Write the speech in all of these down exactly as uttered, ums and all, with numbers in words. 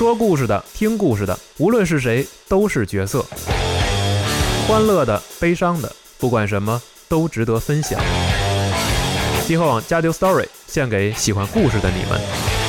说故事的、听故事的，无论是谁，都是角色。欢乐的、悲伤的，不管什么都值得分享。集合网加丢 Story 献给喜欢故事的你们。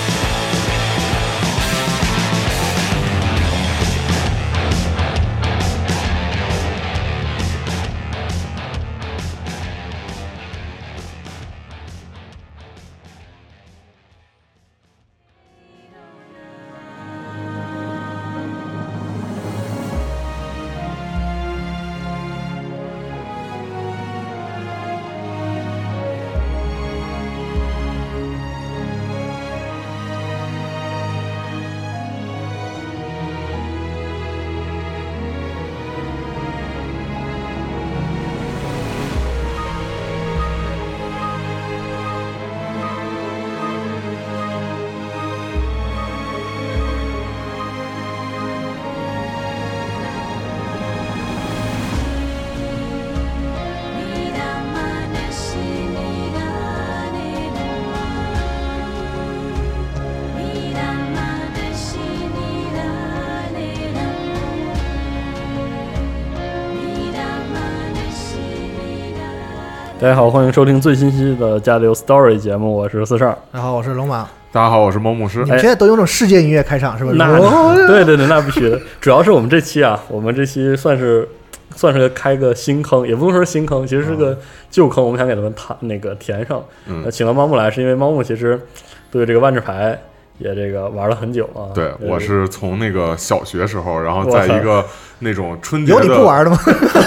大家好，欢迎收听最新期的加流 Story 节目，我是四十二。 大家好，我是龙马。 大家好，我是猫牧师。 你们现在都用这种世界音乐开场是不是？ 那对对对，那必须的。主要是我们这期啊，我们这期算是算是个开个新坑，也不能说是新坑，其实是个旧坑，我们想给他们谈那个填上。嗯，呃、请到猫牧来，是因为猫牧其实对这个万智牌也这个玩了很久啊。 对，我是从那个小学时候，然后在一个那种春节的有你不玩的吗？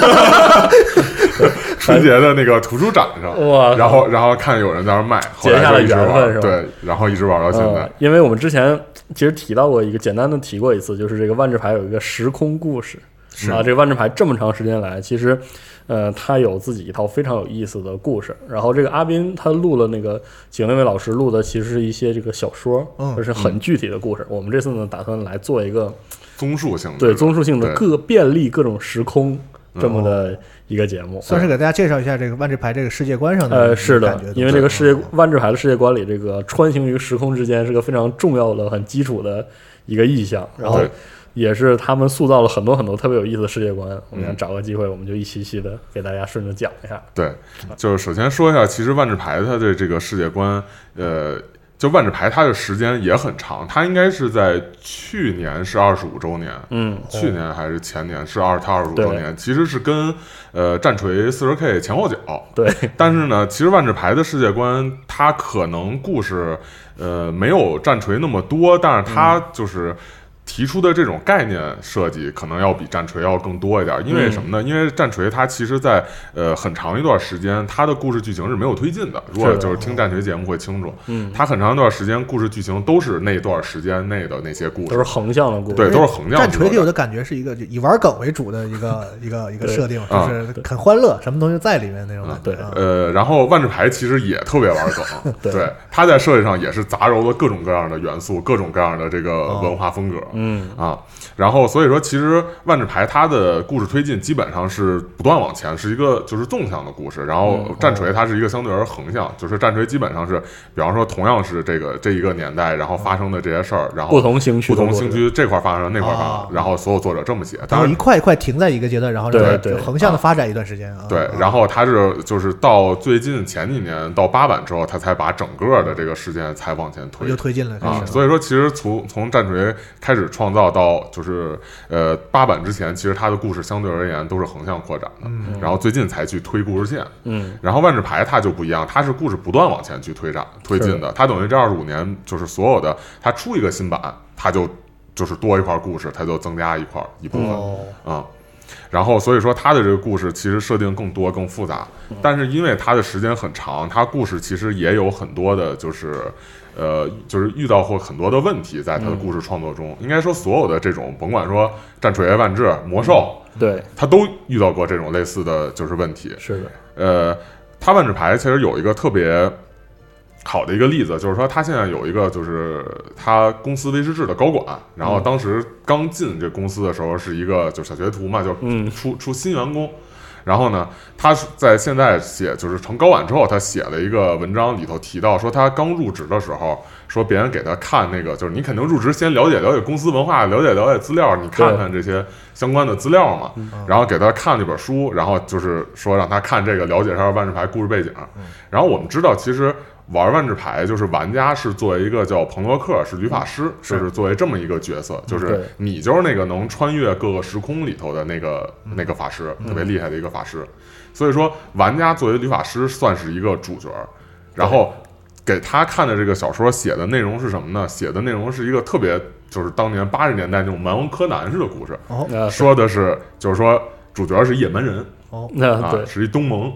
春节的那个图书展上，哇！然后然后看有人在那卖， 结下了缘分是吧？ 对，然后一直玩到现在。 嗯、因为我们之前其实提到过一个简单的提过一次，就是这个万智牌有一个时空故事啊。这个万智牌这么长时间来，其实呃，它有自己一套非常有意思的故事。然后这个阿斌他录了那个请那位老师录的，其实是一些这个小说， 嗯， 就是很具体的故事。嗯、我们这次呢，打算来做一个综述性的， 对综述性的各便利各种时空这么的一个节目， 算是给大家介绍一下这个万智牌这个世界观上的呃，是的，因为这个世界万智牌的世界观里，这个穿行于时空之间是个非常重要的、很基础的一个意象，然后也是他们塑造了很多很多特别有意思的世界观。我们想找个机会，我们就一期期的给大家顺着讲一下。 对，就是首先说一下，其实万智牌它的这个世界观，呃。就万智牌它的时间也很长，它应该是在去年是二十五周年， 嗯， 去年还是前年是二它二十五周年，其实是跟呃战锤四十 K 前后脚， 对。 但是呢，其实万智牌的世界观它可能故事呃没有战锤那么多，但是它就是提出的这种概念设计可能要比战锤要更多一点，因为什么呢？嗯、因为战锤它其实在呃很长一段时间，它的故事剧情是没有推进的。如果就是听战锤节目会清楚，嗯，它很长一段时间故事剧情都是那段时间内的那些故事， 都是横向的故事， 对，都是横向的。 战锤给我的感觉是一个以玩梗为主的一个一个一个设定，就是很欢乐，什么东西在里面那种感觉。 对，呃，然后万智牌其实也特别玩梗，对，对，它在设计上也是杂糅了各种各样的元素，各种各样的这个文化风格。哦嗯啊，然后所以说，其实万智牌它的故事推进基本上是不断往前，是一个就是纵向的故事。然后战锤它是一个相对而横向，就是战锤基本上是，比方说同样是这个这一个年代，然后发生的这些事儿，然后不同星区不同星区这块发生那块发生，然后所有作者这么写， 然后一块一块停在一个阶段，然后对对横向的发展一段时间啊。 对，然后它是就是到最近前几年到八版之后，它才把整个的这个事件才往前推， 又推进了啊。所以说，其实从从战锤开始创造到就是呃八版之前，其实它的故事相对而言都是横向扩展的，嗯、然后最近才去推故事线。嗯，然后万智牌它就不一样，它是故事不断往前去推展推进的。它等于这二十五年，就是所有的它出一个新版，它就就是多一块故事，它就增加一块一部分啊。哦嗯然后所以说它的这个故事其实设定更多更复杂，但是因为它的时间很长，它故事其实也有很多的就是呃就是遇到过很多的问题，在它的故事创作中，应该说所有的这种甭管说战锤万智魔兽， 对， 它都遇到过这种类似的就是问题。 是的， 呃它万智牌其实有一个特别好的一个例子，就是说他现在有一个就是他公司威士忌的高管，然后当时刚进这公司的时候是一个就小学徒嘛，就出、嗯、出新员工， 然后呢，他在现在写就是成高管之后，他写了一个文章，里头提到说，他刚入职的时候，说别人给他看那个，就是你肯定入职先了解了解公司文化，了解了解资料，你看看这些相关的资料嘛。然后给他看这本书，然后就是说让他看这个，了解一下万智牌故事背景。然后我们知道，其实玩万智牌就是玩家是作为一个叫彭洛克，是旅法师，就是作为这么一个角色，就是你就是那个能穿越各个时空里头的那个那个法师，特别厉害的一个法师。所以说，玩家作为旅法师算是一个主角。然后给他看的这个小说写的内容是什么呢？写的内容是一个特别就是当年八十年代那种蛮王柯南式的故事， 哦， 说的是就是说主角是野蛮人。 哦， 啊，是一东盟，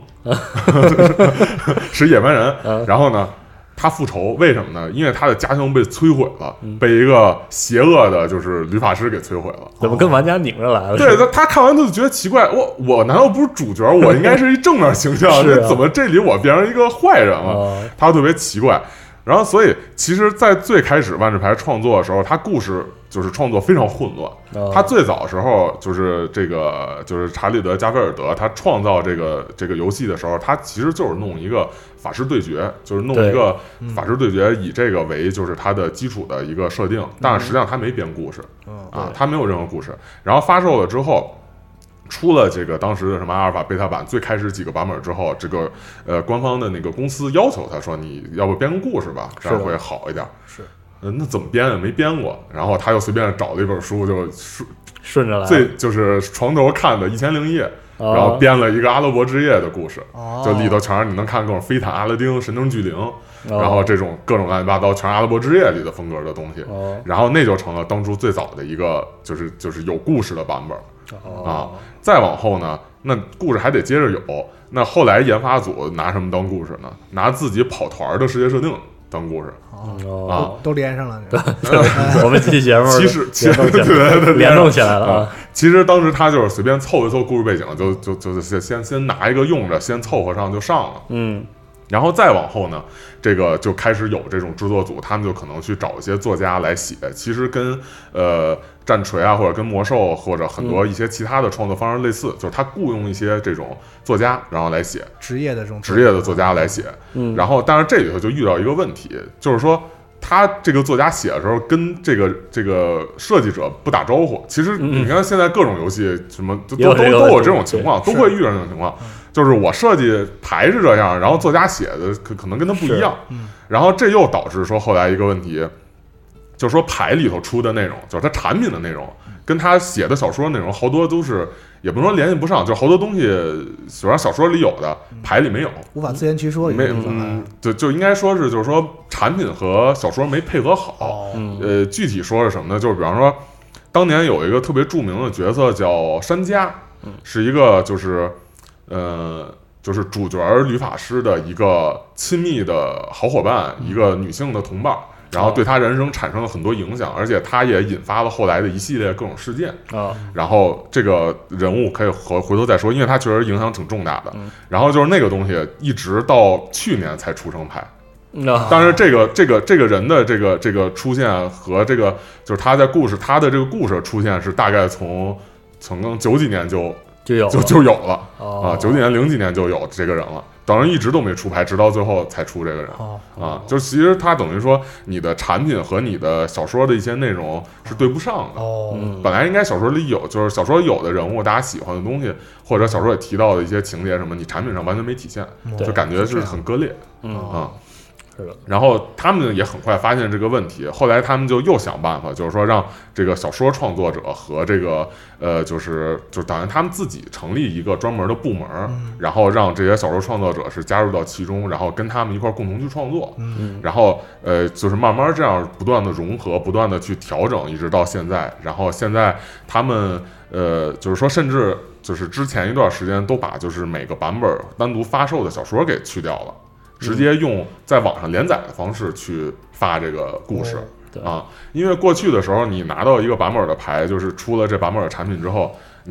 是野蛮人。然后呢，他复仇，为什么呢？因为他的家乡被摧毁了， 嗯、 被一个邪恶的，就是旅法师给摧毁了。 怎么跟玩家拧着来了？ 对，他他看完就觉得奇怪，我我难道不是主角？我应该是一正面形象， 是啊、 怎么这里我变成一个坏人了？ 哦、 他特别奇怪。然后，所以其实，在最开始万智牌创作的时候，他故事就是创作非常混乱。 哦、 他最早的时候，就是这个，就是查理德·加菲尔德，他创造这个这个游戏的时候，他其实就是弄一个法师对决，就是弄一个法师对决，以这个为就是他的基础的一个设定。但是实际上他没编故事， 嗯、 啊，他没有任何故事。然后发售了之后。出了这个当时的什么阿尔法、贝塔版，最开始几个版本之后，这个呃官方的那个公司要求他说，你要不编个故事吧，这样会好一点。 是， 呃，那怎么编也没编过，然后他又随便找了一本书，就顺顺着来， 最就是床头看的《一千零一夜》， 哦， 然后编了一个阿拉伯之夜的故事， 哦， 就里头全是你能看各种飞毯、阿拉丁、神灯巨灵， 哦， 然后这种各种乱七八糟全是阿拉伯之夜里的风格的东西， 哦， 然后那就成了当初最早的一个就是就是有故事的版本。 哦、 啊，再往后呢，那故事还得接着有。那后来研发组拿什么当故事呢？拿自己跑团的世界设定当故事。 哦， 啊， 都都连上了。 我们这期节目其实其实对对对联动起来了啊。 其实当时他就是随便凑一凑故事背景，就就就先先先拿一个用着，先凑合上就上了。 嗯。 然后再往后呢，这个就开始有这种制作组，他们就可能去找一些作家来写。其实跟呃战锤啊，或者跟魔兽或者很多一些其他的创作方式类似，嗯、就是他雇佣一些这种作家，然后来写职业的这种职业的作家来写。 嗯， 然后但是这里头就遇到一个问题，就是说他这个作家写的时候跟这个这个设计者不打招呼。其实你看现在各种游戏什么都都都都有这种情况，都会遇上这种情况。就是我设计牌是这样，然后作家写的可可能跟他不一样， 嗯、 然后这又导致说后来一个问题，就是说牌里头出的内容，就是他产品的内容，跟他写的小说内容好多都是也不能说联系不上，就好多东西，虽然小说里有的，牌里没有， 无法自圆其说， 没嗯，就就应该说是就是说产品和小说没配合好， 哦、 呃，具体说是什么呢？就是比方说，当年有一个特别著名的角色叫山家，是一个就是。呃，就是主角吕法师的一个亲密的好伙伴，一个女性的同伴，然后对他人生产生了很多影响，而且他也引发了后来的一系列各种事件啊。 然后这个人物可以回回头再说，因为他确实影响挺重大的。然后就是那个东西，一直到去年才出成牌。但是这个这个这个人的这个这个出现和这个就是他在故事他的这个故事出现是大概从从九几年就。 就有就就有了、 哦、 啊，九几年零几年就有这个人了，等于一直都没出牌，直到最后才出这个人、 哦、 啊。就其实他等于说你的产品和你的小说的一些内容是对不上的。 哦， 本来应该小说里有，就是小说有的人物大家喜欢的东西，或者小说也提到的一些情节什么，你产品上完全没体现， 嗯、 就感觉是很割裂。 嗯啊。然后他们也很快发现这个问题，后来他们就又想办法，就是说让这个小说创作者和这个呃，就是就等于他们自己成立一个专门的部门， 嗯、 然后让这些小说创作者是加入到其中，然后跟他们一块共同去创作， 嗯、 然后呃，就是慢慢这样不断的融合，不断的去调整，一直到现在。然后现在他们呃，就是说甚至就是之前一段时间都把就是每个版本单独发售的小说给去掉了。直接用在网上连载的方式去发这个故事、 哦、 啊，因为过去的时候，你拿到一个版本的牌，就是出了这版本的产品之后，你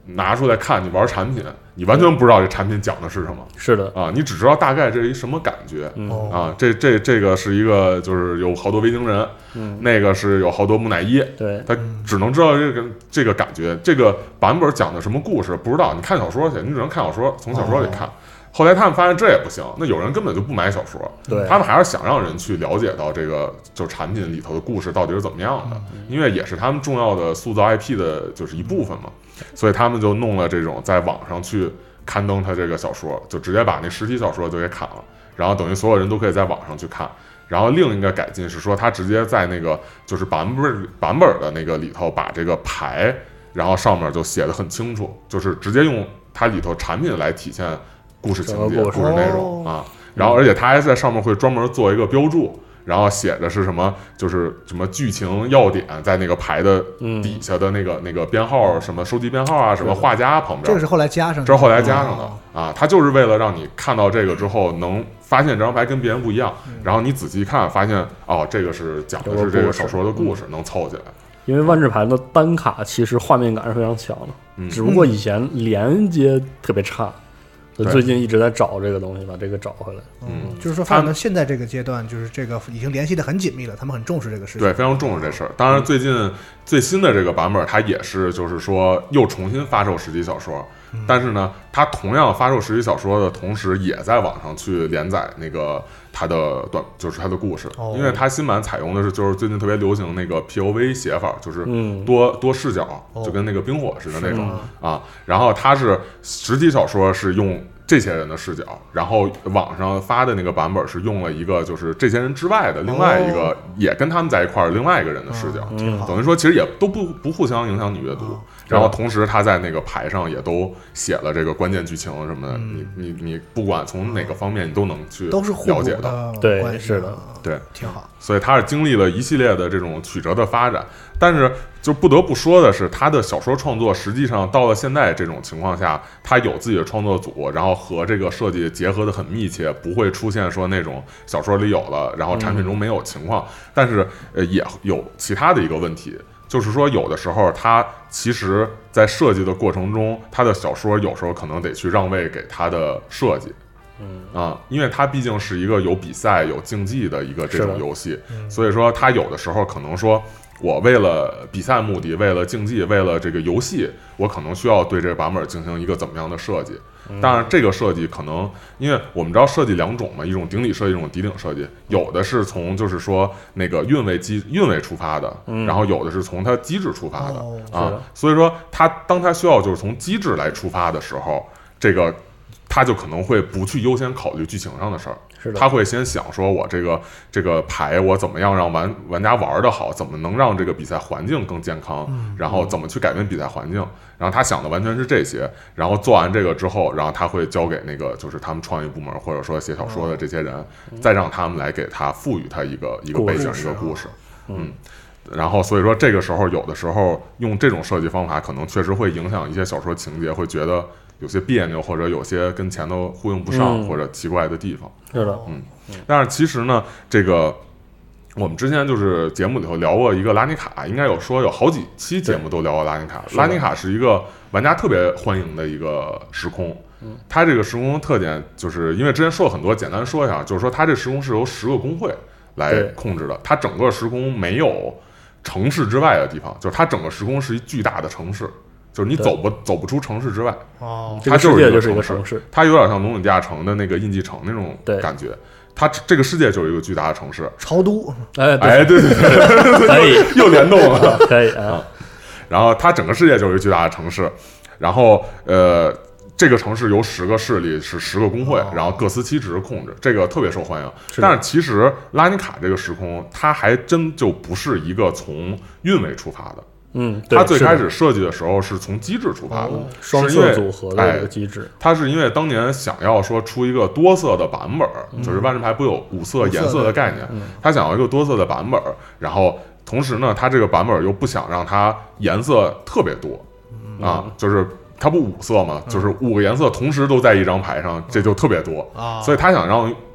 拿出来看，你玩产品，你完全不知道这产品讲的是什么。 是的啊，你只知道大概这是一什么感觉。 嗯啊，这这这个是一个就是有好多维京人， 嗯， 那个是有好多木乃伊， 对， 他只能知道这个这个感觉，这个版本讲的什么故事不知道。你看小说去，你只能看小说，从小说里看。哦，后来他们发现这也不行，那有人根本就不买小说， 对， 他们还是想让人去了解到这个就产品里头的故事到底是怎么样的， 嗯， 因为也是他们重要的塑造 I P 的就是一部分嘛，所以他们就弄了这种在网上去刊登他这个小说，就直接把那实体小说就给砍了，然后等于所有人都可以在网上去看。然后另一个改进是说，他直接在那个就是版本版本的那个里头把这个牌，然后上面就写得很清楚，就是直接用它里头产品来体现故事情节、故事内容啊。然后而且他还在上面会专门做一个标注，然后写的是什么，就是什么剧情要点，在那个牌的底下的那个、嗯、那个编号，什么收集编号啊，什么画家旁边， 这个是后来加上的， 这是后来加上的、哦、啊。他就是为了让你看到这个之后能发现这张牌跟别人不一样，嗯、然后你仔细看发现哦，这个是讲的是这个小说的故事，嗯、能凑起来。 因为万智牌的单卡其实画面感是非常强的，嗯、只不过以前连接特别差。最近一直在找这个东西，把这个找回来。 嗯，就是说，反正现在这个阶段，就是这个已经联系的很紧密了，他们很重视这个事情。 对，非常重视这事儿。当然，最近、嗯、最新的这个版本，它也是就是说又重新发售实体小说，嗯、但是呢，它同样发售实体小说的同时，也在网上去连载那个它的短，就是它的故事。哦、因为它新版采用的是就是最近特别流行那个 P O V 写法，就是多、嗯、多视角，就跟那个冰火似的那种、哦、啊。然后它是实体小说是用这些人的视角，然后网上发的那个版本是用了一个就是这些人之外的另外一个、哦、也跟他们在一块儿另外一个人的视角， 嗯、 等于说其实也都不不互相影响你阅读、哦、然后同时他在那个牌上也都写了这个关键剧情什么的、嗯、你你你不管从哪个方面你都能去了解到， 对，是的， 对， 挺好。 所以他是经历了一系列的这种曲折的发展，但是就不得不说的是，他的小说创作实际上到了现在这种情况下，他有自己的创作组，然后和这个设计结合得很密切，不会出现说那种小说里有了，然后产品中没有情况。嗯、但是呃，也有其他的一个问题，就是说有的时候他其实在设计的过程中，他的小说有时候可能得去让位给他的设计。嗯啊，因为它毕竟是一个有比赛、有竞技的一个这种游戏， 嗯、 所以说它有的时候可能说，我为了比赛目的、为了竞技、为了这个游戏，我可能需要对这个版本进行一个怎么样的设计。当然，这个设计可能，因为我们知道设计两种嘛，一种顶礼设计，一种底顶设计。有的是从就是说那个运位机运位出发的， 嗯、 然后有的是从它机制出发的、 哦、 啊。所以说，它当它需要就是从机制来出发的时候，这个。他就可能会不去优先考虑剧情上的事儿， 是的， 他会先想说，我这个这个牌我怎么样让玩玩家玩得好，怎么能让这个比赛环境更健康， 嗯、 然后怎么去改变比赛环境，然后他想的完全是这些，然后做完这个之后，然后他会交给那个就是他们创意部门或者说写小说的这些人，嗯、再让他们来给他赋予他一个一个背景一个故事，嗯。然后，所以说这个时候，有的时候用这种设计方法，可能确实会影响一些小说情节，会觉得有些别扭，或者有些跟前头呼应不上， 嗯、 或者奇怪的地方。 是的， 嗯。但是其实呢，这个我们之前就是节目里头聊过一个拉尼卡，应该有说有好几期节目都聊过拉尼卡。拉尼卡是一个玩家特别欢迎的一个时空。 嗯， 它这个时空的特点，就是因为之前说了很多，简单说一下，就是说它这时空是由十个工会来控制的，它整个时空没有城市之外的地方，就是它整个时空是一巨大的城市，就是你走不走不出城市之外。 哦， 它就是一个城市， 它有点像龙井地下城的那个印记城那种感觉。它这个世界就是一个巨大的城市， 超都。 哎， 哎，对对对， 可以又联动了， 可以啊。 然后它整个世界就是一个巨大的城市，然后呃。这个城市由十个势力是十个工会，然后各司其职控制，这个特别受欢迎。但是其实拉尼卡这个时空，它还真就不是一个从运维出发的。 嗯， 它最开始设计的时候是从机制出发的， 双色组合的一个机制。 它是因为当年想要说出一个多色的版本， 嗯、 就是万智牌不有五色颜色的概念，它想要一个多色的版本，然后同时呢，它这个版本又不想让它颜色特别多， 嗯、 啊，就是。它不五色嘛，就是五个颜色同时都在一张牌上，这就特别多啊。所以他想让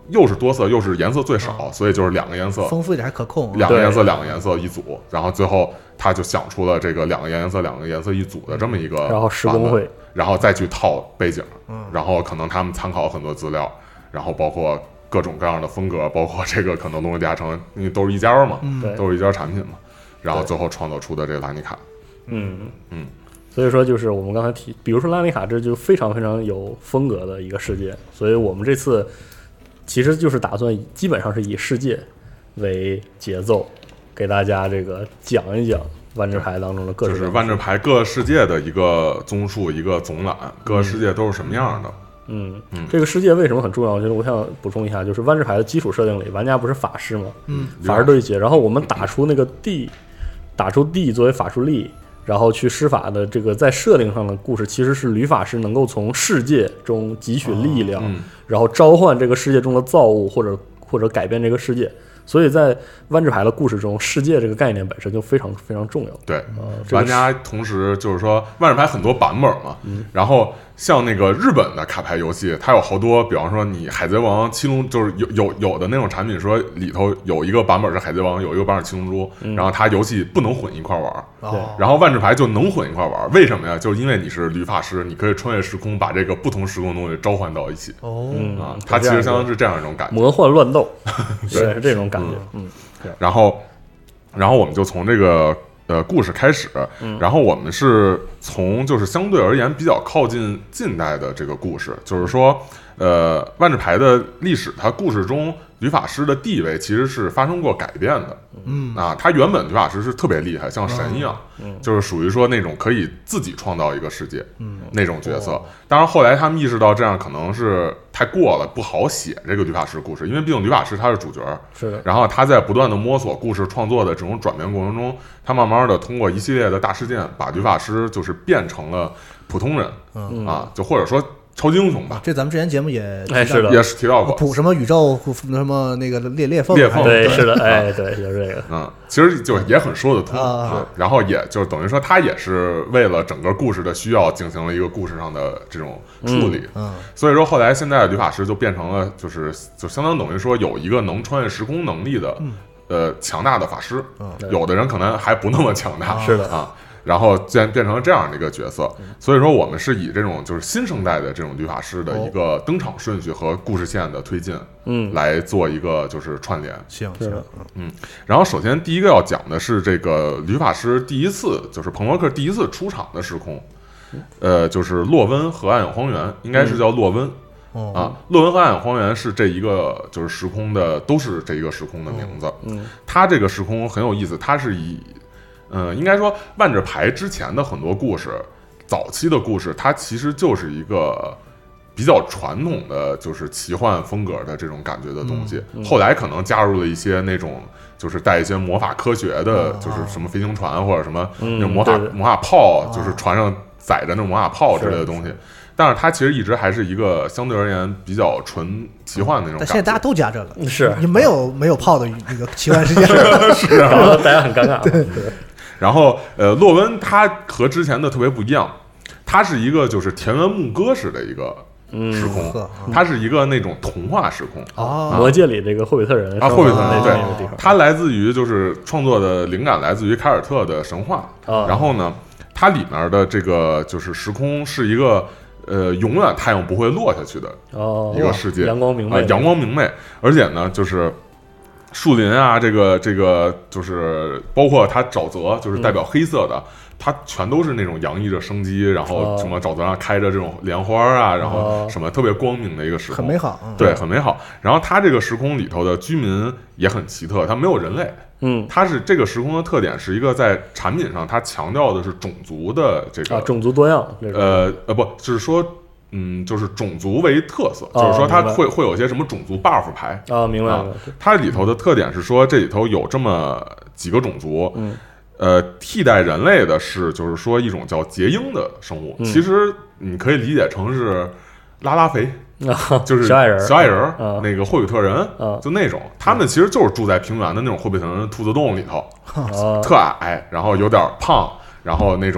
又是多色又是颜色最少，所以就是两个颜色丰富一点还可控， 两个颜色两个颜色一组，然后最后他就想出了这个两个颜色两个颜色一组的这么一个， 然后施工会， 然后再去套背景，然后可能他们参考很多资料，然后包括各种各样的风格，包括这个可能龙与地下城，因为都是一家嘛， 嗯、 都是一家产品嘛，然后最后创造出的这个拉尼卡， 嗯嗯。 所以说，就是我们刚才提，比如说拉尼卡，这就非常非常有风格的一个世界。所以我们这次其实就是打算基本上是以世界为节奏，给大家这个讲一讲万智牌当中的各就是万智牌各世界的一个综述，一个总览，各世界都是什么样的。 嗯嗯，这个世界为什么很重要？就是我想补充一下，就是万智牌的基础设定里，玩家不是法师吗？ 嗯， 法师对决，然后我们打出那个地，打出地作为法术力。然后去施法的这个在设定上的故事，其实是吕法师能够从世界中汲取力量， 哦嗯、 然后召唤这个世界中的造物，或者或者改变这个世界。所以在万智牌的故事中，世界这个概念本身就非常非常重要。 对， 呃、 玩家同时就是说，万智牌很多版本嘛， 嗯、 然后像那个日本的卡牌游戏，它有好多，比方说你海贼王、七龙，就是有有有的那种产品说里头有一个版本是海贼王，有一个版本是七龙珠， 嗯、 然后它游戏不能混一块玩， 对， 然后万智牌就能混一块玩，为什么呀？就是因为你是吕法师，你可以穿越时空，把这个不同时空的东西召唤到一起。 哦， 嗯啊，它其实相当是这样一种感觉， 魔幻乱斗，对，是这种感觉，嗯。嗯然后，然后我们就从这个呃故事开始， 嗯、 然后我们是从就是相对而言比较靠近近代的这个故事，就是说，呃，万智牌的历史，它故事中吕法师的地位其实是发生过改变的。 嗯啊，他原本吕法师是特别厉害，像神一样， 嗯、 就是属于说那种可以自己创造一个世界， 嗯， 那种角色。 哦、 当然后来他们意识到这样可能是太过了，不好写这个吕法师故事，因为毕竟吕法师他是主角， 是的。 然后他在不断的摸索故事创作的这种转变过程中，他慢慢的通过一系列的大事件，把吕法师就是变成了普通人， 嗯啊，就或者说超级英雄吧。 这咱们之前节目也哎是的， 也是提到过， 补什么宇宙什么那个裂裂缝， 裂缝， 对，是的，哎，对，就是这个， 嗯，其实就也很说得通啊。 然后也就等于说，他也是为了整个故事的需要，进行了一个故事上的这种处理。 嗯， 所以说后来现在吕法师就变成了，就是就相当等于说有一个能穿越时空能力的，呃，强大的法师。有的人可能还不那么强大， 是的啊。然后变变成了这样的一个角色，所以说我们是以这种就是新生代的这种吕法师的一个登场顺序和故事线的推进， 嗯， 来做一个就是串联。 行行， 嗯。然后首先第一个要讲的是这个吕法师第一次就是彭洛克第一次出场的时空，呃，就是洛温和暗影荒原，应该是叫洛温。 嗯、 啊，洛温和暗影荒原是这一个就是时空的，都是这一个时空的名字。 嗯， 它这个时空很有意思，它是以。嗯，应该说万智牌之前的很多故事，早期的故事，它其实就是一个比较传统的，就是奇幻风格的这种感觉的东西。 嗯嗯、 后来可能加入了一些那种，就是带一些魔法科学的， 嗯、 就是什么飞行船或者什么那种魔法、 嗯、 魔法炮，就是船上载着那种魔法炮之类的东西。但是它其实一直还是一个相对而言比较纯奇幻的那种感觉。 但现在大家都加这个， 是你没有没有炮的那个奇幻世界， 是啊， 大家很尴尬。 对。 然后，呃，洛温它和之前的特别不一样，它是一个就是田园牧歌式的一个时空， 嗯、 它是一个那种童话时空。 哦， 魔戒里这个霍比特人啊，霍比特人对， 地方它来自于就是创作的灵感来自于凯尔特的神话。 哦、 然后呢，它里面的这个就是时空是一个呃永远太阳不会落下去的一个世界， 哦、阳光明媚、 呃，阳光明媚，而且呢就是。树林啊，这个这个就是包括它沼泽，就是代表黑色的，嗯、它全都是那种洋溢着生机，然后什么沼泽上开着这种莲花啊，然后什么特别光明的一个时空， 很美好， 嗯、对，很美好。然后它这个时空里头的居民也很奇特，它没有人类， 嗯， 它是这个时空的特点是一个在产品上它强调的是种族的这个、 啊、种族多样， 呃呃不，就是说。嗯，就是种族为特色，哦、就是说它会会有些什么种族 buff 牌啊，明白了。 它里头的特点是说，这里头有这么几个种族， 嗯， 呃，替代人类的是，就是说一种叫结鹰的生物， 嗯、 其实你可以理解成是拉拉肥， 啊、 就是小矮人， 小矮人， 啊、 那个霍比特人， 啊、 就那种，他们其实就是住在平原的那种霍比特人兔子洞里头， 啊、 特矮，然后有点胖，然后那种。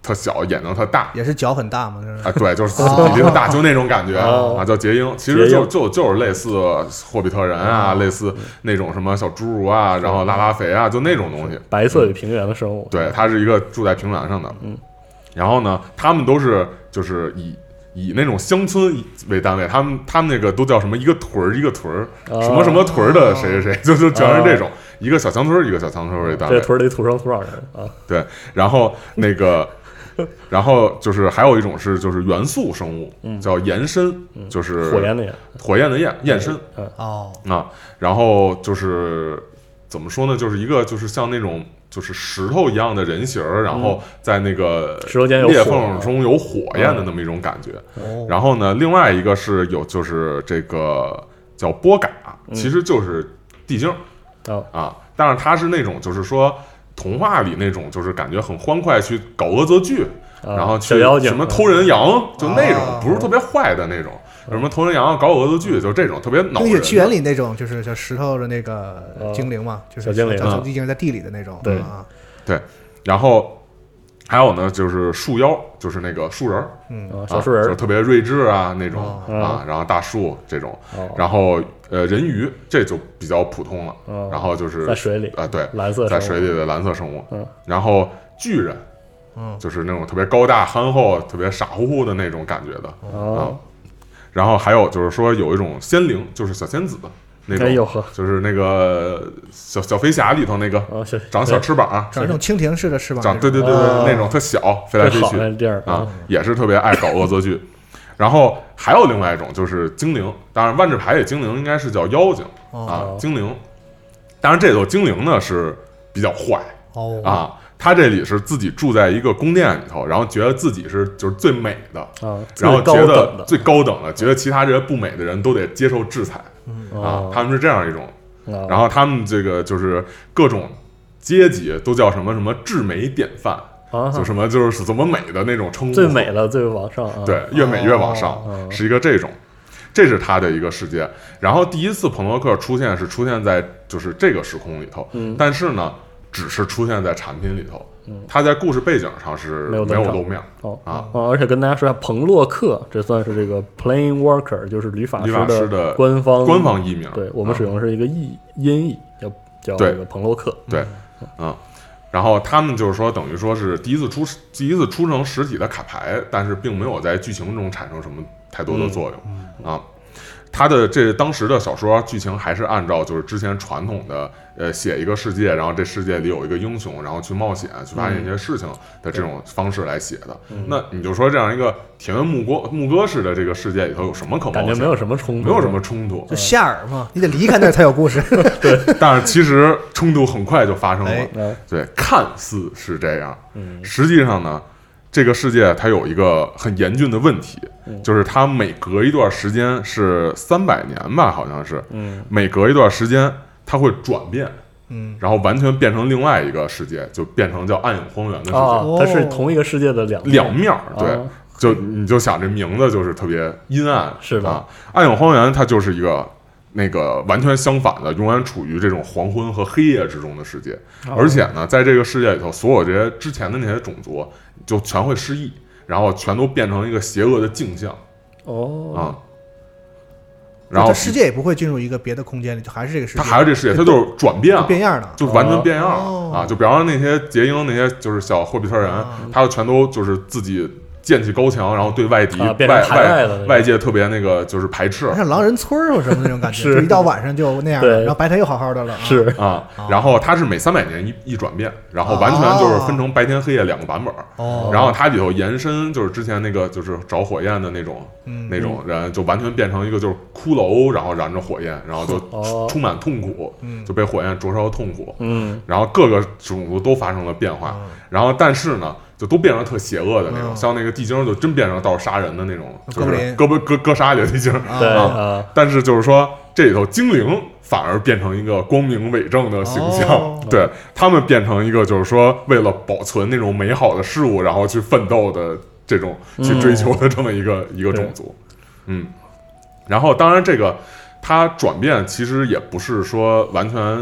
特小，眼睛特大， 也是脚很大嘛，就是啊，对，就是比例特大，就那种感觉啊，叫结鹰。其实就就就是类似霍比特人啊，类似那种什么小侏儒啊，然后拉拉肥啊，就那种东西。 白色与平原的生物， 对，它是一个住在平原上的。 嗯， 然后呢，他们都是就是以以那种乡村为单位，他们他们那个都叫什么一个屯儿一个屯儿，什么什么屯儿的谁谁谁，就就全是这种一个小乡村一个小乡村为单位。 这屯儿里土生土长人啊。 对，然后那个。然后就是还有一种是就是元素生物， 嗯、 叫延伸， 嗯、 就是火焰的焰， 火焰的焰，焰伸。 嗯哦啊，然后就是怎么说呢？就是一个就是像那种就是石头一样的人形，然后在那个石头间有裂缝中有火焰的那么一种感觉。 哦、 然后呢，另外一个是有就是这个叫波嘎，其实就是地精、 嗯、 啊，但是它是那种就是说。童话里那种就是感觉很欢快，去搞恶作剧， 啊、 然后去什么偷人羊，啊、就那种、啊、不是特别坏的那种，啊、什么偷人羊、搞恶作剧，就这种特别恼人。 冰雪奇缘里那种，就是像石头的那个精灵嘛， 啊、 就是小精灵， 小精灵在地里的那种。 对啊， 对。然后还有呢，就是树妖，就是那个树人， 嗯， 啊、小树人、 啊、就特别睿智啊那种、 哦、 啊，然后大树这种， 哦、 然后。呃，人鱼这就比较普通了， 哦、 然后就是在水里啊、呃，对， 蓝色在水里的蓝色生物， 嗯， 然后巨人， 嗯， 就是那种特别高大憨厚、特别傻乎乎的那种感觉的， 哦、 啊，然后还有就是说有一种仙灵，就是小仙子那种， 哎、 就是那个小小飞侠里头那个， 哦、 长小翅膀， 长那种蜻蜓式的翅膀， 长对对对对， 哦、 那种特小，飞来飞去啊、 嗯，也是特别爱搞恶作剧。然后还有另外一种就是精灵，当然万智牌里精灵应该是叫妖精、 哦、 啊，精灵。当然这头精灵呢是比较坏、 哦、 啊，他这里是自己住在一个宫殿里头，然后觉得自己是就是最美的， 啊、 然后觉得最高等的，觉得其他这些不美的人都得接受制裁、 嗯、 啊，他们是这样一种。 哦、 然后他们这个就是各种阶级都叫什么什么至美典范。 啊、 就什么就是怎么美的那种称呼， 最美的最往上、啊， 对，越美越往上， 哦、 是一个这种，这是他的一个世界。然后第一次彭洛克出现是出现在就是这个时空里头， 嗯、 但是呢，只是出现在产品里头， 嗯、 他在故事背景上是没有露面。 哦啊、 哦，而且跟大家说一下，彭洛克这算是这个 Plane Worker， 就是吕法师的官方官方译名， 对我们使用的是一个译、嗯、音译，叫叫这个彭洛克， 对，嗯。然后他们就是说，等于说是第一次出第一次出成实体的卡牌，但是并没有在剧情中产生什么太多的作用、 嗯、 啊。他的这当时的小说剧情还是按照就是之前传统的呃写一个世界，然后这世界里有一个英雄，然后去冒险去发现一些事情的这种方式来写的。 嗯、 那你就说这样一个田园牧歌牧歌式的这个世界里头有什么可冒险？ 感觉没有什么冲突， 没有什么冲突， 就夏尔嘛，你得离开那儿才有故事。 对，但是其实冲突很快就发生了。 哎、 对，看似是这样， 嗯， 实际上呢。这个世界它有一个很严峻的问题， 嗯、 就是它每隔一段时间是三百年吧，好像是， 嗯， 每隔一段时间它会转变， 嗯， 然后完全变成另外一个世界，就变成叫暗影荒原的世界， 哦、它是同一个世界的两两面，对， 哦、 就你就想这名字就是特别阴暗， 是的， 啊，暗影荒原它就是一个。那个完全相反的，永远处于这种黄昏和黑夜之中的世界， 哦、 而且呢，在这个世界里头，所有这些之前的那些种族就全会失忆，然后全都变成一个邪恶的镜像。 哦， 啊、嗯，然后世界也不会进入一一个别的空间里，就还是这个世界， 它还是这世界，它就是转变了， 变样了， 就完全变样了、 哦、 啊！就比方说那些结鹰，那些就是小霍比特人， 哦、 他们全都就是自己。建起高墙，然后对外敌、 啊、 外外外界特别那个就是排斥， 像狼人村或什么那种感觉， 是就一到晚上就那样，然后白天又好好的了。 是啊，然后它是每三百年一一转变，然后完全就是分成白天黑夜两个版本。 哦， 然后它里头延伸就是之前那个就是着火焰的那种、 嗯、 那种人，就完全变成一个就是骷髅，然后燃着火焰，然后就充满痛苦， 嗯、 就被火焰灼烧痛苦。 嗯， 然后各个种族都发生了变化， 嗯、 然后但是呢。就都变成特邪恶的那种， 嗯、 像那个地精就真变成到处杀人的那种，就是哥哥哥哥杀里的地精。 对啊，但是就是说这里头精灵反而变成一个光明伟正的形象， 哦、 对他们变成一个就是说为了保存那种美好的事物，然后去奋斗的这种去追求的这么一个、嗯、一个种族。嗯，然后当然这个它转变其实也不是说完全。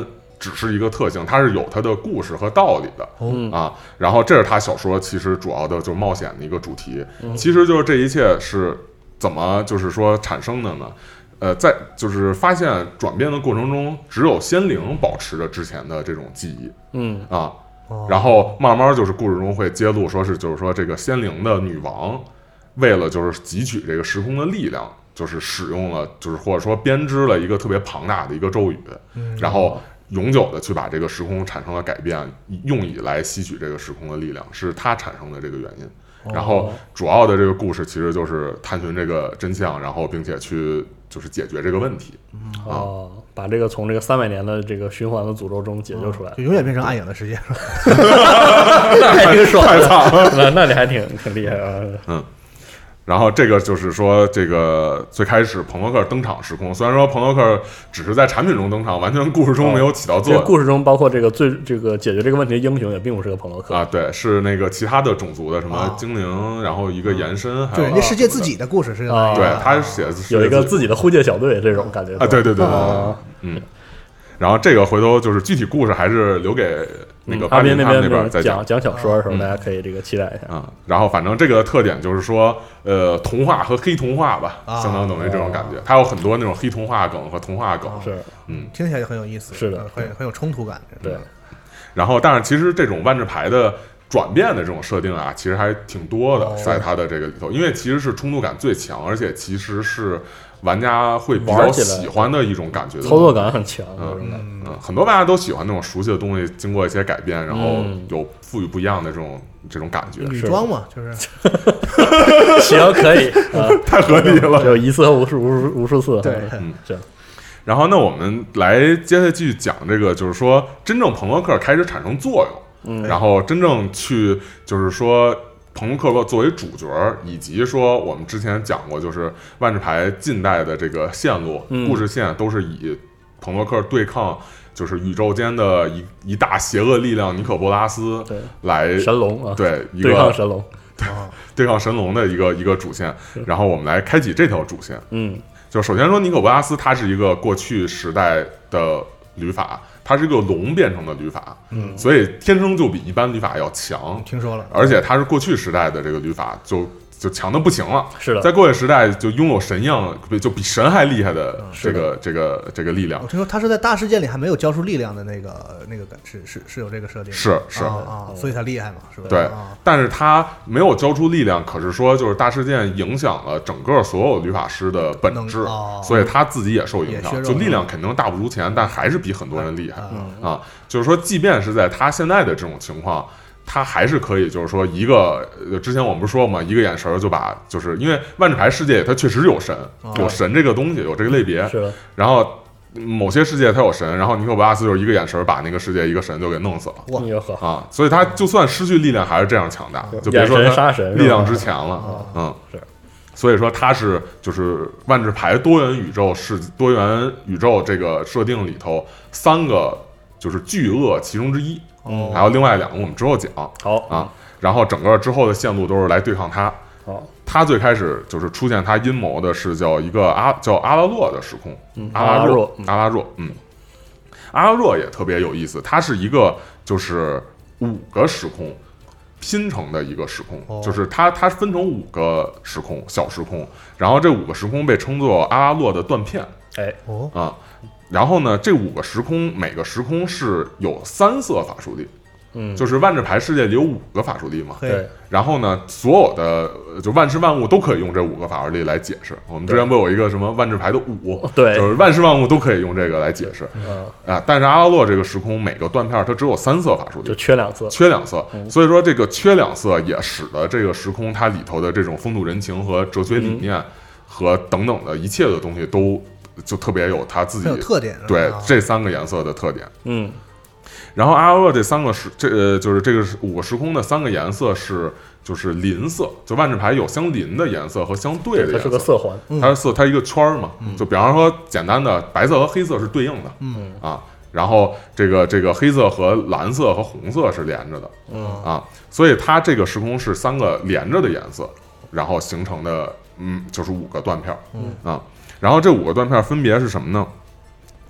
只是一个特性，它是有它的故事和道理的、 嗯、 啊。然后这是他小说其实主要的就是冒险的一个主题，其实就是这一切是怎么就是说产生的呢？呃，在就是发现转变的过程中，只有仙灵保持着之前的这种记忆， 嗯啊，然后慢慢就是故事中会揭露，说是就是说这个仙灵的女王为了就是汲取这个时空的力量。就是使用了，就是或者说编织了一个特别庞大的一个咒语，嗯、然后永久的去把这个时空产生了改变，用以来吸取这个时空的力量，是它产生的这个原因。哦、然后主要的这个故事其实就是探寻这个真相，然后并且去就是解决这个问题。 嗯、啊、哦，把这个从这个三百年的这个循环的诅咒中解救出来， 哦、就永远变成暗影的世界。 那还挺爽，太惨了，那那你还挺挺厉害啊。 嗯。然后这个就是说，这个最开始彭洛克登场时空，虽然说彭洛克只是在产品中登场，完全故事中没有起到作用。 哦、故事中包括这个最这个解决这个问题的英雄也并不是个彭洛克啊，对，是那个其他的种族的什么精灵，哦、然后一个延伸，还有对人家世界自己的故事是吧？ 啊， 对，他写有一个自己的护戒小队这种感觉啊，对对对对对，啊、嗯。然后这个回头就是具体故事还是留给那个巴斌那边再讲讲小说的时候， 嗯、 大家可以这个期待一下啊、嗯。然后反正这个特点就是说，呃，童话和黑童话吧，啊、相当等于这种感觉。它有很多那种黑童话梗和童话梗， 是嗯， 听起来就很有意思， 是的， 很很有冲突感。 对。 然后，但是其实这种万智牌的转变的这种设定啊，其实还挺多的，在它的这个里头，因为其实是冲突感最强，而且其实是。玩家会比较喜欢的一种感觉， 操作感很强。 嗯嗯，很多玩家都喜欢那种熟悉的东西，经过一些改变，然后有赋予不一样的这种这种感觉。 女装嘛，就是行，可以，啊、 太合理了， 有一次和无数无数无数次。 对， 嗯，是。然后，那我们来接下来继续讲这个，就是说，真正彭洛克开始产生作用，嗯，然后真正去，就是说。彭洛克作为主角，以及说我们之前讲过，就是万智牌近代的这个线路、嗯、故事线，都是以彭洛克对抗就是宇宙间的一一大邪恶力量尼可波拉斯来神龙啊， 对一个对抗神龙， 对对抗神龙的一个一个主线。然后我们来开启这条主线。 嗯， 就首先说尼可波拉斯，他是一个过去时代的旅法。它是一个龙变成的旅法，嗯，所以天生就比一般旅法要强。 听说了， 而且它是过去时代的这个旅法，就就强的不行了。 是的， 在过去时代就拥有神一样，就比神还厉害的这个、嗯、这个这个力量。 我听说他是在大事件里还没有交出力量的那个那个是是是有这个设定， 是是啊、哦，所以他厉害嘛，是吧？ 对、 哦， 但是他没有交出力量，可是说就是大事件影响了整个所有旅法师的本质， 哦、 所以他自己也受影响。就力量肯定大不如前，但还是比很多人厉害、 嗯、 啊。就是说，即便是在他现在的这种情况。他还是可以，就是说一个，呃，之前我们不是说嘛，一个眼神就把，就是因为万智牌世界它确实有神， 哦、 有神这个东西，有这个类别， 是。 然后某些世界它有神，然后尼可波拉斯就是一个眼神把那个世界一个神就给弄死了， 哇啊！所以他就算失去力量还是这样强大，就别说他力量之前了，嗯， 是。 所以说他是就是万智牌多元宇宙是多元宇宙这个设定里头三个就是巨恶其中之一。 哦， 还有另外两个我们之后讲。 好啊，然后整个之后的线路都是来对抗他。 好， 他最开始就是出现他阴谋的是叫一个阿叫阿拉洛的时空， 嗯、 阿拉若， 阿拉若，嗯，阿拉若也特别有意思，它是一个就是五个时空拼成的一个时空， 哦、 就是它它分成五个时空小时空，然后这五个时空被称作阿拉洛的断片。 哎， 哦啊。然后呢，这五个时空，每个时空是有三色法术力， 嗯， 就是万智牌世界里有五个法术力嘛， 对。 然后呢，所有的就万事万物都可以用这五个法术力来解释。我们之前不有一个什么万智牌的五， 对， 就是万事万物都可以用这个来解释。 嗯啊，但是阿拉洛这个时空每个断片它只有三色法术力， 就缺两色， 缺两色。 嗯、 所以说这个缺两色也使得这个时空它里头的这种风土人情和哲学理念和等等的一切的东西都。就特别有它自己有特点， 对、啊、这三个颜色的特点， 嗯， 然后阿拉洛这三个时这呃就是这个五个时空的三个颜色是就是邻色，就万智牌有相邻的颜色和相对的颜色， 它是个色环， 它是色，它一个圈嘛， 嗯、 就比方说简单的白色和黑色是对应的， 嗯啊，然后这个这个黑色和蓝色和红色是连着的， 嗯啊，所以它这个时空是三个连着的颜色，然后形成的嗯就是五个断片， 嗯啊。然后这五个断片分别是什么呢？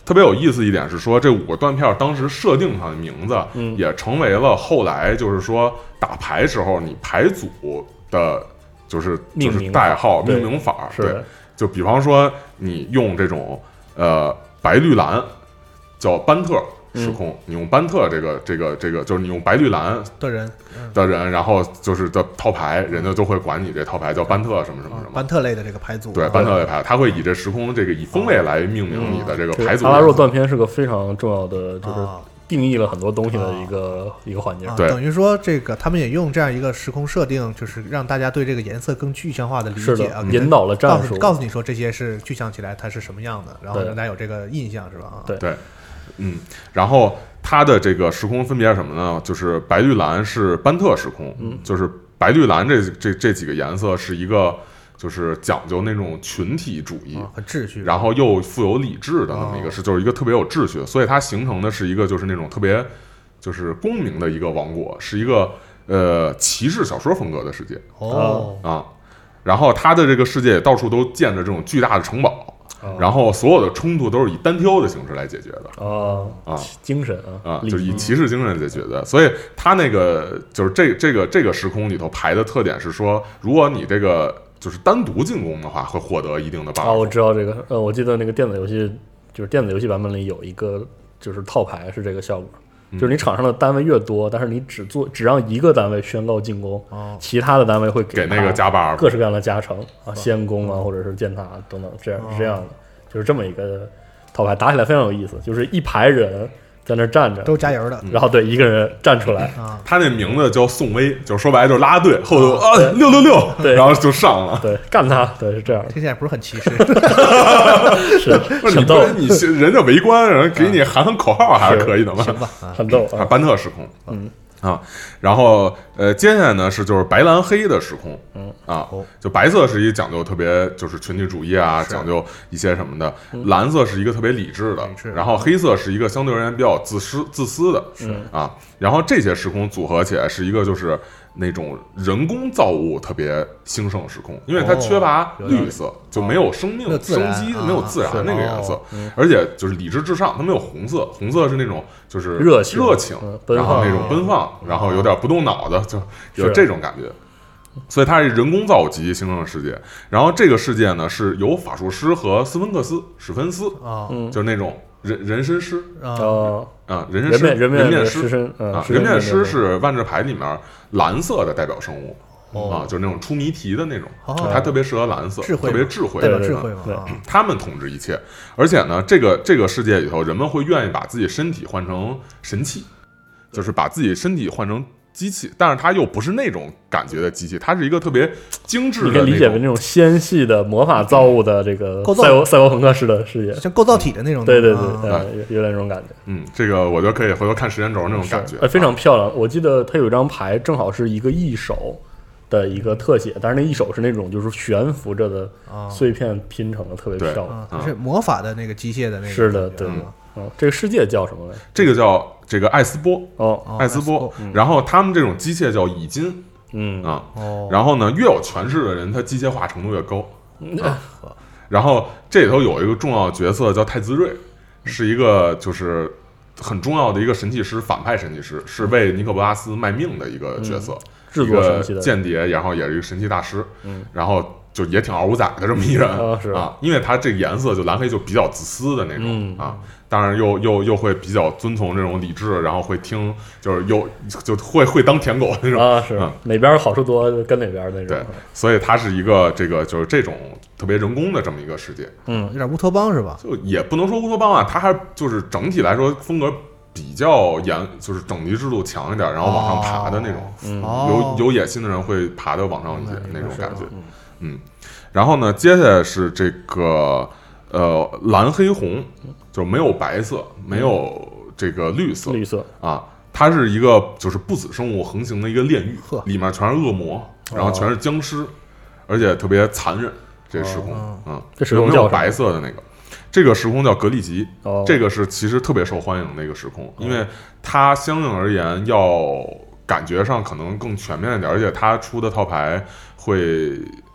特别有意思一点是说，这五个断片当时设定上的名字， 嗯， 也成为了后来就是说打牌时候你牌组的，就是就是代号命名法。对，就比方说你用这种呃白绿蓝叫班特时空，嗯、你用班特这个这个这个，就是你用白绿蓝的人的人，然后就是的套牌，人家就会管你这套牌叫班特什么什么什么。 班特类的这个牌组， 对，班特类牌，他会以这时空这个以风味来命名你的这个牌组。 阿拉若断片是个非常重要的，就是定义了很多东西的一个、啊、一个环节。 对，等于说这个他们也用这样一个时空设定，就是让大家对这个颜色更具象化的理解啊， 引导了战术， 告诉你说这些是具象起来它是什么样的，然后让大家有这个印象，是吧？ 对对，嗯，然后。它的这个时空分别是什么呢？就是白绿蓝是班特时空， 嗯， 就是白绿蓝这这这几个颜色是一个就是讲究那种群体主义， 很秩序， 然后又富有理智的那么一个是，就是一个特别有秩序，所以它形成的是一个就是那种特别就是光明的一个王国，是一个呃骑士小说风格的世界哦啊，然后它的这个世界也到处都建着这种巨大的城堡。然后所有的冲突都是以单挑的形式来解决的哦啊， 精神啊啊，就是以骑士精神来解决的。所以他那个就是这这个这个时空里头排的特点是说，如果你这个就是单独进攻的话，会获得一定的 buff。 啊，我知道这个，呃，我记得那个电子游戏就是电子游戏版本里有一个就是套牌是这个效果。就是你场上的单位越多，但是你只做只让一个单位宣告进攻， 哦、 其他的单位会给给那个加八各式各样的加成啊，先攻啊，或者是践踏等等，这样是这样的，就是这么一个套牌，打起来非常有意思，就是一排人在那站着， 都加油的， 然后对一个人站出来， 啊、 他那名字叫宋威，就是说白了就是拉队，后头啊六六六， 对， 然后就上了， 对，干他，对，是这样， 听起来不是很歧视， 是， 很逗，你人家围观，然后给你喊喊口号还是可以的嘛， 行吧， 很逗啊，班特时空， 嗯。 啊，然后呃，接下来呢是就是白蓝黑的时空， 嗯啊，就白色是一个讲究特别就是群体主义啊，讲究一些什么的，蓝色是一个特别理智的，然后黑色是一个相对而言比较自私自私的， 是啊，然后这些时空组合起来是一个就是那种人工造物特别兴盛时空，因为它缺乏绿色，就没有生命生机，没有自然那个颜色，而且就是理智至上，它没有红色，红色是那种就是热情热情，然后那种奔放，然后有点不动脑的，就有这种感觉。所以它是人工造物极其兴盛的世界。然后这个世界呢是由法术师和斯芬克斯史芬斯啊， 就是那种人人身师啊啊，人身师人面人师啊，人面师是万智牌里面蓝色的代表生物。啊，就是那种出谜题的那种，它特别适合蓝色，特别智慧， 代表智慧嘛。 他们统治一切，而且呢，这个这个世界里头，人们会愿意把自己身体换成神器，就是把自己身体换成机器，但是它又不是那种感觉的机器，它是一个特别精致的， 你可以理解为那种纤细的魔法造物的这个赛博赛博朋克式的世界， 像构造体的那种。 对对对，有有点那种感觉。 嗯，这个我觉得可以回头看时间轴那种感觉， 呃，非常漂亮。我记得它有一张牌，正好是一个一手的一个特写，但是那一手是那种就是悬浮着的碎片拼成的，特别漂亮。 它是魔法的那个机械的那个。 是的，对。嗯，这个世界叫什么来？ 这个叫这个艾斯波哦， 艾斯波。然后他们这种机械叫蚁金， 嗯啊， 哦。 然后呢，越有权势的人，他机械化程度越高。然后这里头有一个重要的角色叫太子睿，是一个就是很重要的一个神器师，反派神器师，是为尼可波拉斯卖命的一个角色。 制作神器的间谍，然后也是一个神器大师，嗯，然后就也挺嗷仔的这么一人、 哦、是啊，因为他这个颜色就蓝黑就比较自私的那种、 嗯、 啊，当然又又又会比较遵从这种理智，然后会听就是又就会会当舔狗那种啊，是、 嗯、 哪边好处多跟哪边那种。 对，所以它是一个这个就是这种特别人工的这么一个世界， 嗯， 有点乌托邦是吧？ 就也不能说乌托邦啊，它还就是整体来说风格。比较严，就是整级制度强一点，然后往上爬的那种， 嗯， 有有野心的人会爬得往上一些那种感觉，嗯，然后呢，接下来是这个呃蓝黑红，就没有白色，没有这个绿色， 绿色啊，它是一个就是不死生物横行的一个炼狱，里面全是恶魔，然后全是僵尸，而且特别残忍，这时空，嗯， 这时空叫没有白色的那个。这个时空叫格利吉， 哦、 这个是其实特别受欢迎的一个时空，因为它相应而言要感觉上可能更全面一点，而且它出的套牌会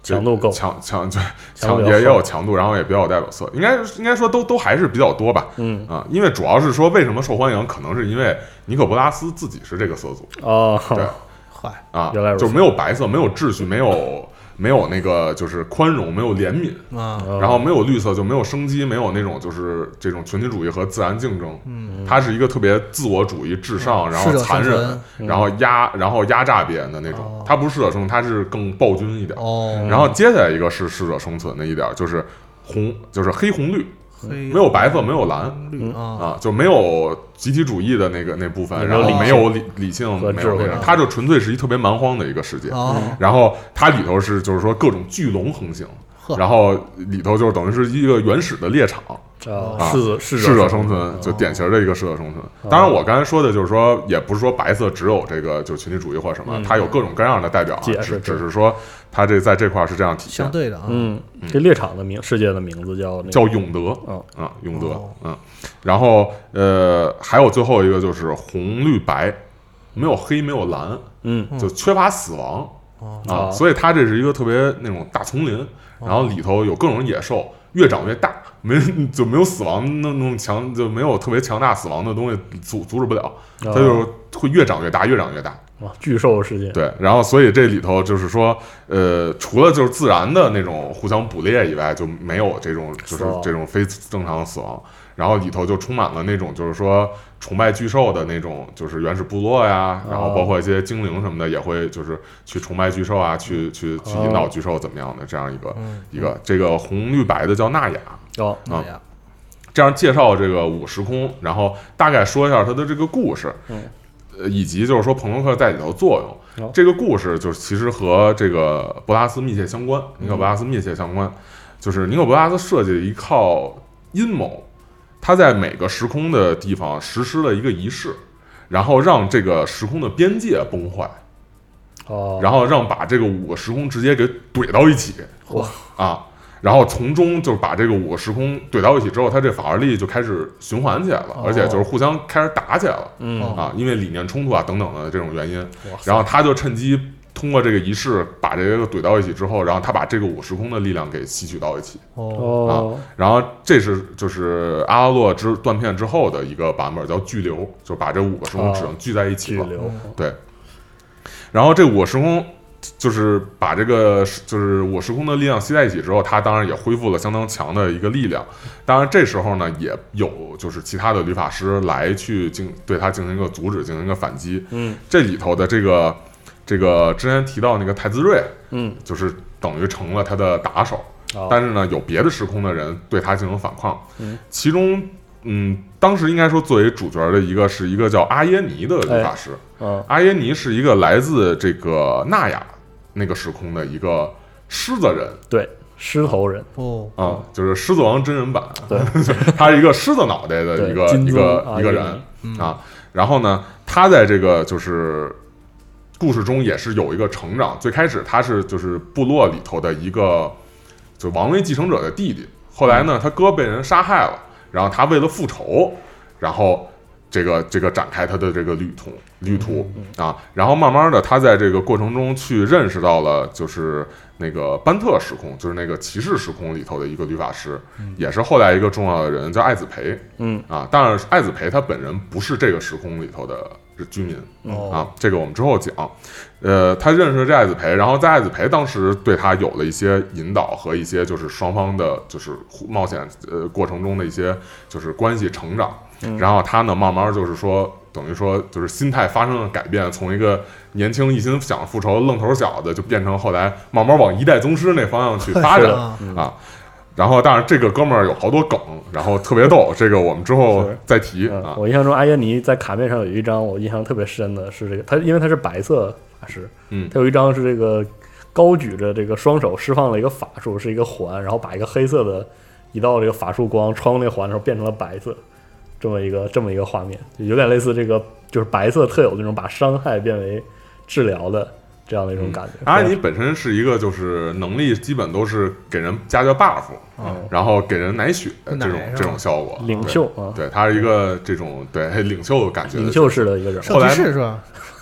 强度够， 强强就强也也有强度，然后也比较有代表色，应该应该说都都还是比较多吧。 嗯啊，因为主要是说为什么受欢迎，可能是因为尼可波拉斯自己是这个色族哦， 对， 嗨啊， 原来如此就没有白色，没有秩序，没有没有那个就是宽容，没有怜悯啊， 然后没有绿色，就没有生机，没有那种就是这种群体主义和自然竞争。嗯，它是一个特别自我主义、至上，然后残忍，然后压，然后压榨别人的那种。它不是适者生存，它是更暴君一点。 哦， 然后接下来一个是适者生存的一点，就是红，就是黑红绿。没有白色，没有蓝， 绿啊，就没有集体主义的那个那部分，然后没有理理性，没有那个，它就纯粹是一特别蛮荒的一个世界。然后它里头是就是说各种巨龙横行，然后里头就是等于是一个原始的猎场。 啊， 适适适者生存，就典型的一个适者生存。当然，我刚才说的就是说，也不是说白色只有这个就群体主义或者什么，它有各种各样的代表，只只是说它这在这块是这样体现。 相对的啊， 嗯，这猎场的名世界的名字叫叫永德，啊，永德，嗯。然后呃，还有最后一个就是红绿白，没有黑，没有蓝， 嗯， 就缺乏死亡啊，所以它这是一个特别那种大丛林，然后里头有各种野兽，越长越大。没就没有死亡那那种强，就没有特别强大死亡的东西阻阻止不了，它就是会越长越大，越长越大。 哇，巨兽世界。 对，然后所以这里头就是说，呃，除了就是自然的那种互相捕猎以外，就没有这种就是这种非正常的死亡。然后里头就充满了那种就是说崇拜巨兽的那种，就是原始部落呀，然后包括一些精灵什么的也会就是去崇拜巨兽啊，去去去引导巨兽怎么样的这样一个一个这个红绿白的叫纳雅。 哦， 啊、嗯，这样介绍这个五时空，然后大概说一下它的这个故事， 嗯， 呃，以及就是说朋洛克在里头作用。 哦、 这个故事就是其实和这个波拉斯密切相关，尼可波拉斯密切相关，就是尼可波拉斯设计了一套阴谋，他在每个时空的地方实施了一个仪式，然后让这个时空的边界崩坏， 哦， 然后让把这个五个时空直接给怼到一起， 哇啊。然后从中就是把这个五个时空怼到一起之后，它这法尔力就开始循环起来了，而且就是互相开始打起来了， 嗯啊，因为理念冲突啊等等的这种原因，然后他就趁机通过这个仪式把这个怼到一起之后，然后他把这个五时空的力量给吸取到一起， 哦， 啊，然后这是就是阿拉洛之断片之后的一个版本叫聚流，就把这五个时空只能聚在一起了， 聚流， 对，然后这五个时空。就是把这个就是我时空的力量吸在一起之后，它当然也恢复了相当强的一个力量。当然这时候呢，也有就是其他的律法师来去进对它进行一个阻止，进行一个反击。 嗯， 这里头的这个这个之前提到那个太子睿， 嗯， 就是等于成了他的打手。 哦、 但是呢，有别的时空的人对他进行反抗。 嗯， 其中嗯，当时应该说作为主角的一个是一个叫阿耶尼的律法师。 哎嗯、 阿耶尼是一个来自这个纳雅。那个时空的一个狮子人， 对，狮头人哦， 啊、嗯，就是狮子王真人版， 对， 他是一个狮子脑袋的一个一个一个人、 嗯、 啊。然后呢，他在这个就是故事中也是有一个成长。最开始他是就是部落里头的一个就王位继承者的弟弟，后来呢，他哥被人杀害了，然后他为了复仇，然后。这个这个展开他的这个旅途旅途啊，然后慢慢的他在这个过程中去认识到了，就是那个班特时空，就是那个骑士时空里头的一个律法师，也是后来一个重要的人，叫艾子培。 嗯啊，当然艾子培他本人不是这个时空里头的居民、 哦、 啊，这个我们之后讲。呃，他认识了这艾子培，然后在艾子培当时对他有了一些引导和一些就是双方的，就是冒险呃过程中的一些就是关系成长。 嗯、 然后他呢，慢慢就是说，等于说就是心态发生了改变，从一个年轻一心想复仇愣头小的，就变成后来慢慢往一代宗师那方向去发展啊。然后，当然这个哥们儿有好多梗，然后特别逗，这个我们之后再提啊、 嗯。我印象中，阿耶尼在卡面上有一张我印象特别深的是这个，他因为他是白色法师， 嗯， 他有一张是这个高举着这个双手释放了一个法术，是一个环，然后把一个黑色的一道这个法术光穿过那个环的时候变成了白色。这么一个这么一个画面，有点类似这个就是白色特有的那种把伤害变为治疗的这样的一种感觉。 嗯、阿尼本身是一个就是能力基本都是给人加加 buff，、嗯、然后给人奶血这种这种效果。 领袖啊， 对，他是一个这种对领袖感觉的领袖式的一个人。 后来是是吧？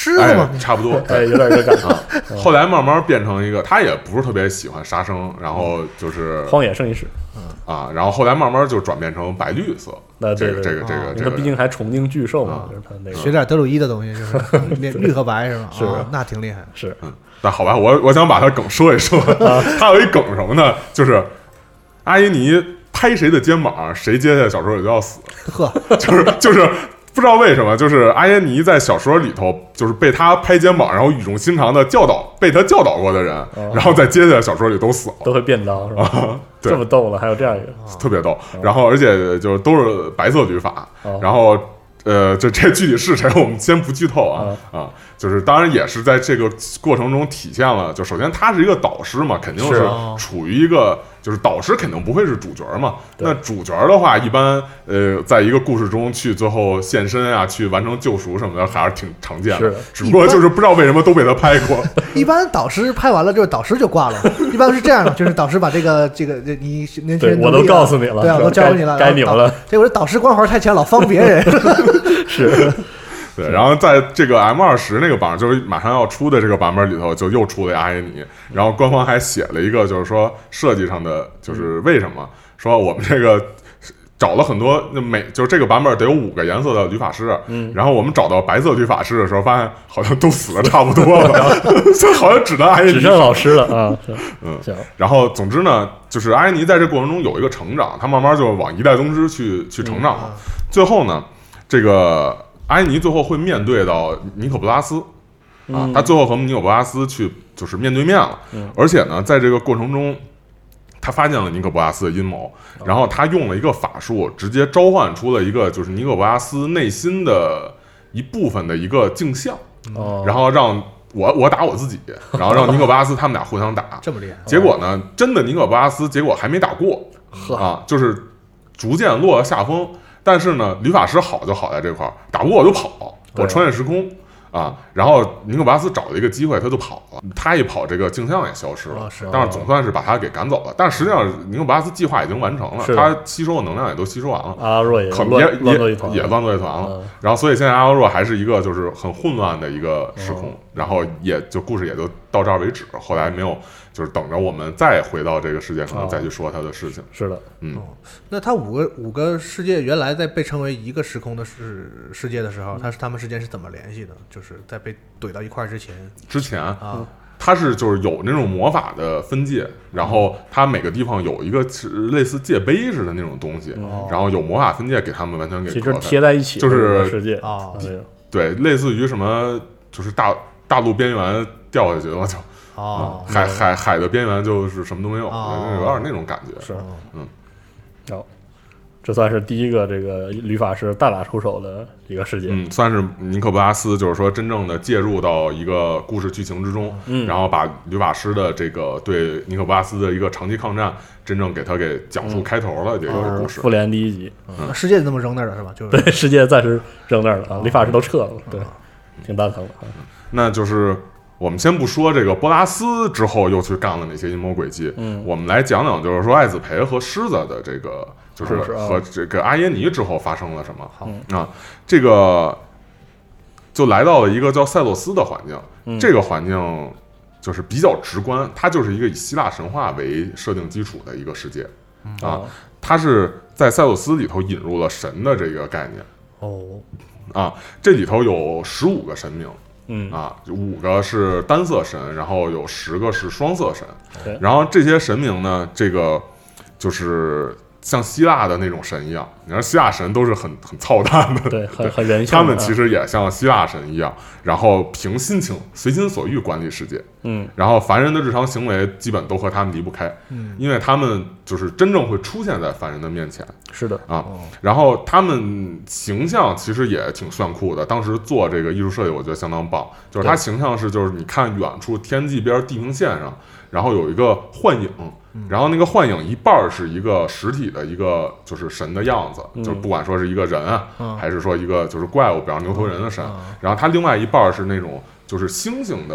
狮子嘛， 哎、差不多， 哎，有点这感觉。 啊，后来慢慢变成一个，他也不是特别喜欢杀生，然后就是荒野圣衣使啊，然后后来慢慢就转变成白绿色。 那这个对对对这个这个，这个他毕竟还崇敬巨兽嘛， 啊就是他那个学点德鲁伊的东西，就是绿和白是吧？ 是啊那挺厉害的。 是嗯，但好吧，我我想把他梗说一说。他有一梗什么呢？就是阿依尼拍谁的肩膀，谁接下来小说里就要死。 呵， 就是就是不知道为什么，就是阿耶尼在小说里头，就是被他拍肩膀，然后语重心长的教导，被他教导过的人， 哦然后在接下来小说里都死了， 都会变刀是吧？ 啊，对这么逗了，还有这样一个， 特别逗。然后而且就是都是白色旅法， 哦然后。呃，这这具体是谁，我们先不剧透啊、嗯、啊，就是当然也是在这个过程中体现了，就首先他是一个导师嘛，肯定是处于一个就是导师肯定不会是主角嘛，那主角的话一般呃在一个故事中去最后现身啊，去完成救赎什么的还是挺常见的，只不过就是不知道为什么都被他拍过。 一般导师拍完了之后导师就挂了，一般是这样的，就是导师把这个这个你年轻人我都告诉你了， 对啊，我都教你了， 该你们了。 结果这导师光环太强，老方别人。 是。 对，然后在这个 M 二十那个版，就是马上要出的这个版本里头，就又出了阿耶尼，然后官方还写了一个，就是说设计上的，就是为什么说我们这个找了很多每就是这个版本得有五个颜色的旅法师，嗯，然后我们找到白色旅法师的时候，发现好像都死的差不多了，所以好像只能阿耶尼只剩老师了啊， 嗯，行。然后总之呢，就是阿耶尼在这过程中有一个成长，他慢慢就往一代宗师去去成长了，嗯、最后呢，这个。阿耶尼最后会面对到尼可布拉斯，啊，他最后和尼可布拉斯去就是面对面了， 嗯、 而且呢，在这个过程中，他发现了尼可布拉斯的阴谋，然后他用了一个法术，直接召唤出了一个就是尼可布拉斯内心的一部分的一个镜像， 哦、 然后让我我打我自己，然后让尼可布拉斯他们俩互相打， 这么厉害。 结果呢，真的尼可布拉斯结果还没打过，啊，就是逐渐落了下风。但是呢，吕法师好就好在这块儿，打不过我就跑，我穿越时空啊。然后尼可巴斯找了一个机会，他就跑了。他一跑，这个镜像也消失了， 哦是但是总算是把他给赶走了。但是实际上，尼可巴斯计划已经完成了，他吸收的能量也都吸收完了。 阿若也可乱也乱作一团， 也乱作一团了。嗯、然后，所以现在阿若还是一个就是很混乱的一个时空。嗯、然后也就故事也就到这儿为止，后来没有。就是等着我们再回到这个世界，可能再去说他的事情。 哦、是的， 嗯、 哦，那他五个五个世界原来在被称为一个时空的世世界的时候，他是他们之间是怎么联系的？就是在被怼到一块儿之前， 之前啊， 他是就是有那种魔法的分界，然后他每个地方有一个类似界碑似的那种东西， 哦、 然后有魔法分界给他们完全给其实贴在一起， 就是世界啊， 对，类似于什么就是大大陆边缘掉下去了就。 哦、 嗯，海海海的边缘就是什么都没有， 哦、 有点那种感觉。 是， 嗯， 哦，这算是第一个这个旅法师大打出手的一个事件。 嗯，算是尼可布拉斯，就是说真正的介入到一个故事剧情之中， 嗯， 然后把旅法师的这个对尼可布拉斯的一个长期抗战，真正给他给讲述开头了。这个故事， 复联第一集， 嗯，世界就这么扔那儿了是吧？就是对，世界暂时扔那儿了啊，旅法师都撤了，对，挺蛋疼的。 那就是。我们先不说这个波拉斯之后又去干了哪些阴谋诡计， 嗯， 我们来讲讲，就是说艾子培和狮子的这个，就是和这个阿耶尼之后发生了什么。 好啊，这个就来到了一个叫塞洛斯的环境， 嗯、 这个环境就是比较直观，它就是一个以希腊神话为设定基础的一个世界、 嗯、 啊，它是在塞洛斯里头引入了神的这个概念。 哦， 啊，这里头有十五个神明。 嗯啊，五个是单色神，然后有十个是双色神， 然后这些神明呢，这个就是像希腊的那种神一样，你说希腊神都是很很操蛋的， 对，很很人性， 他们其实也像希腊神一样，然后凭心情、随心所欲管理世界， 嗯， 然后凡人的日常行为基本都和他们离不开， 嗯， 因为他们就是真正会出现在凡人的面前， 是的啊，然后他们形象其实也挺炫酷的，当时做这个艺术设计，我觉得相当棒，就是他形象是就是你看远处天际边地平线上，然后有一个幻影。然后那个幻影一半是一个实体的一个就是神的样子， 嗯、 就是不管说是一个人啊， 嗯、 还是说一个就是怪物，比方牛头人的神。嗯、然后它另外一半是那种就是星星的，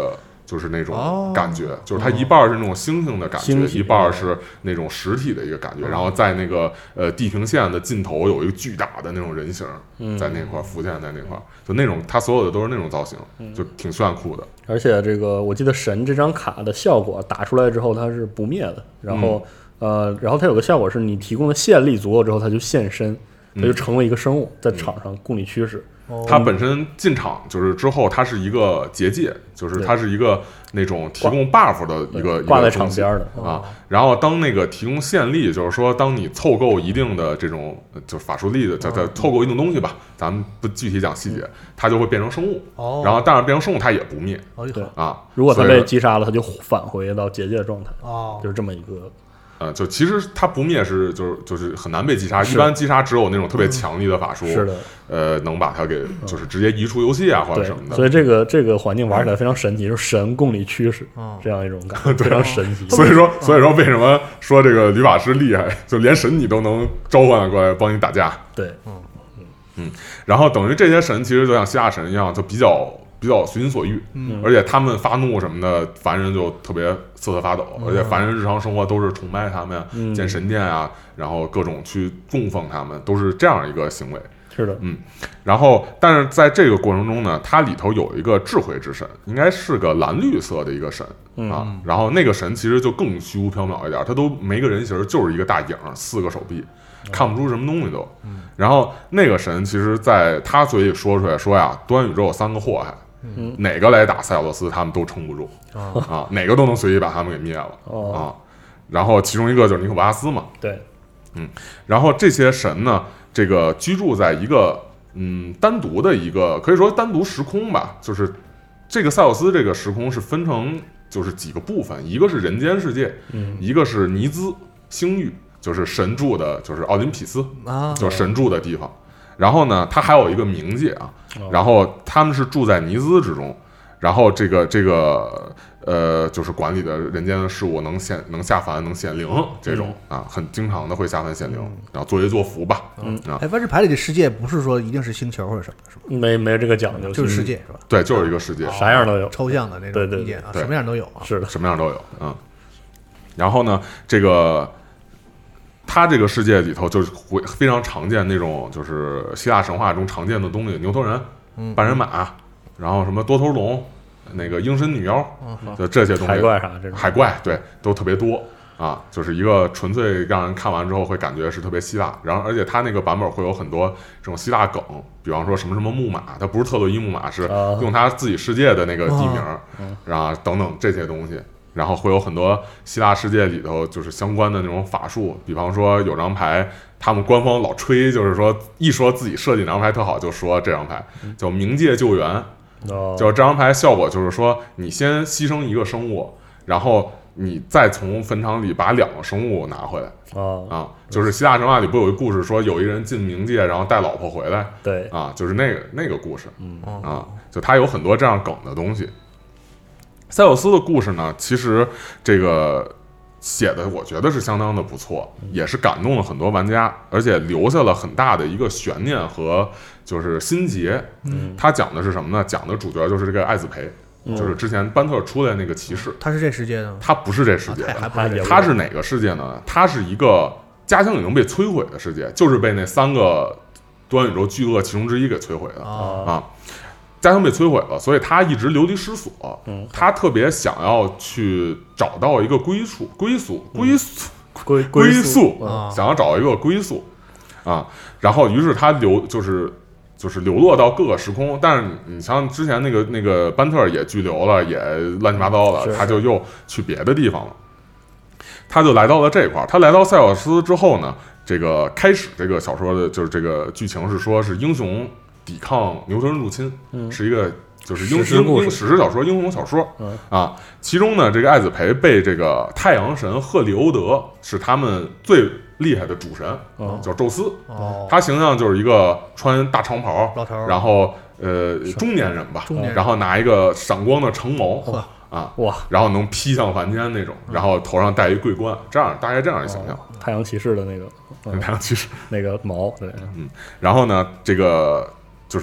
就是那种哦感觉，就是它一半是那种星星的感觉， 星体一半是那种实体的一个感觉，然后在那个呃地平线的尽头有一个巨大的那种人形在那块浮现在那块，就那种它所有的都是那种造型，就挺炫酷的。 而且这个我记得神这张卡的效果打出来之后它是不灭的，然后、嗯、呃，然后它有个效果是你提供的线力足够之后，它就现身，它就成为一个生物在场上供你驱使。 它本身进场就是之后，它是一个结界，就是它是一个那种提供 buff 的一个挂在场边的啊。然后当那个提供线力，就是说当你凑够一定的这种就是法术力的，再再凑够一定东西吧，咱们不具体讲细节，它就会变成生物。 哦， 然后当然变成生物它也不灭。 对啊， 如果它被击杀了，它就返回到结界状态。 哦， 就是这么一个。 呃，就其实它不灭是就是就是很难被击杀，一般击杀只有那种特别强力的法术， 是的， 呃，能把它给就是直接移出游戏啊或者什么的。 所以这个这个环境玩起来非常神奇，就是神供你驱使，这样一种感觉，非常神奇。 所以说，所以说为什么说这个吕法师厉害，就连神你都能召唤过来帮你打架？ 对， 嗯嗯嗯，然后等于这些神其实就像希腊神一样，就比较。比较随心所欲，嗯，而且他们发怒什么的，凡人就特别瑟瑟发抖，嗯、而且凡人日常生活都是崇拜他们，嗯、建神殿啊，然后各种去供奉他们，都是这样一个行为。 是的， 嗯，然后但是在这个过程中呢，它里头有一个智慧之神，应该是个蓝绿色的一个神、嗯、啊，然后那个神其实就更虚无缥缈一点，他都没个人形，就是一个大影，四个手臂。看不出什么东西都，嗯、然后那个神其实在他嘴里说出来说呀，多元宇宙有三个祸害。嗯、哪个来打塞奥多斯，他们都撑不住、哦、啊，哪个都能随意把他们给灭了、哦、啊。然后其中一个就是尼可波拉斯嘛， 对， 嗯，然后这些神呢，这个居住在一个嗯单独的一个可以说单独时空吧，就是这个塞奥斯这个时空是分成就是几个部分，一个是人间世界，嗯，一个是尼兹星域，就是神住的，就是奥林匹斯啊，就是神住的地方。然后呢，它还有一个冥界啊，然后他们是住在尼兹之中，然后这个这个呃，就是管理的人间的事物，能显能下凡，能显灵这种啊，很经常的会下凡显灵，然后作威作福吧。嗯啊， 哎，万智牌里的世界不是说一定是星球或者什么，是吧？ 没没这个讲究， 就是世界是吧？ 对，就是一个世界， 啥样都有， 抽象的那种理解啊，什么样都有啊， 是的， 什么样都有。嗯，然后呢，这个。它这个世界里头就是会非常常见那种就是希腊神话中常见的东西，牛头人、半人马，然后什么多头龙，那个鹰身女妖，就这些东西， 海怪啥这种， 海怪对都特别多啊，就是一个纯粹让人看完之后会感觉是特别希腊，然后而且它那个版本会有很多这种希腊梗，比方说什么什么木马，它不是特洛伊木马，是用它自己世界的那个地名，然后等等这些东西。然后会有很多希腊世界里头就是相关的那种法术，比方说有张牌，他们官方老吹，就是说一说自己设计哪张牌特好，就说这张牌叫冥界救援， 哦、 就这张牌效果就是说你先牺牲一个生物，然后你再从坟场里把两个生物拿回来。 哦啊，就是希腊神话里不有一个故事说有一人进冥界，然后带老婆回来， 对啊，就是那个那个故事，嗯啊，就它有很多这样梗的东西。塞奥斯的故事呢，其实这个写的我觉得是相当的不错，也是感动了很多玩家，而且留下了很大的一个悬念和就是心结。嗯，他讲的是什么呢？讲的主角就是这个艾子培，嗯、就是之前班特出来那个骑士。 他是这世界的吗？ 他不是这世界的， 啊、 他他是哪个世界呢？他是一个家乡已经被摧毁的世界，就是被那三个多元宇宙巨鳄其中之一给摧毁的、 哦、 啊。家乡被摧毁了，所以他一直流离失所。 嗯， 他特别想要去找到一个归宿、归宿、归宿、 归归宿， 嗯、 想要找一个归宿啊。然后，于是他流就是就是流落到各个时空。但是你像之前那个那个班特也拘留了，也乱七八糟了，他就又去别的地方了。他就来到了这块儿。他来到塞奥斯之后呢，这个开始这个小说的就是这个剧情是说是英雄抵抗牛头人入侵， 嗯、 是一个就是英史诗故事、 史诗小说、英雄小说、 嗯、 啊。其中呢，这个艾子培被这个太阳神赫利欧德是他们最厉害的主神， 哦、 叫宙斯。 哦， 他形象就是一个穿大长袍， 老头， 然后呃中年人吧， 中年人然后拿一个闪光的长矛。 哦啊哇， 然后能劈向凡间那种，然后头上戴一桂冠，这样大概这样一形象。 哦、太阳骑士的那个， 嗯、太阳骑士那个矛，对， 嗯。然后呢，这个就是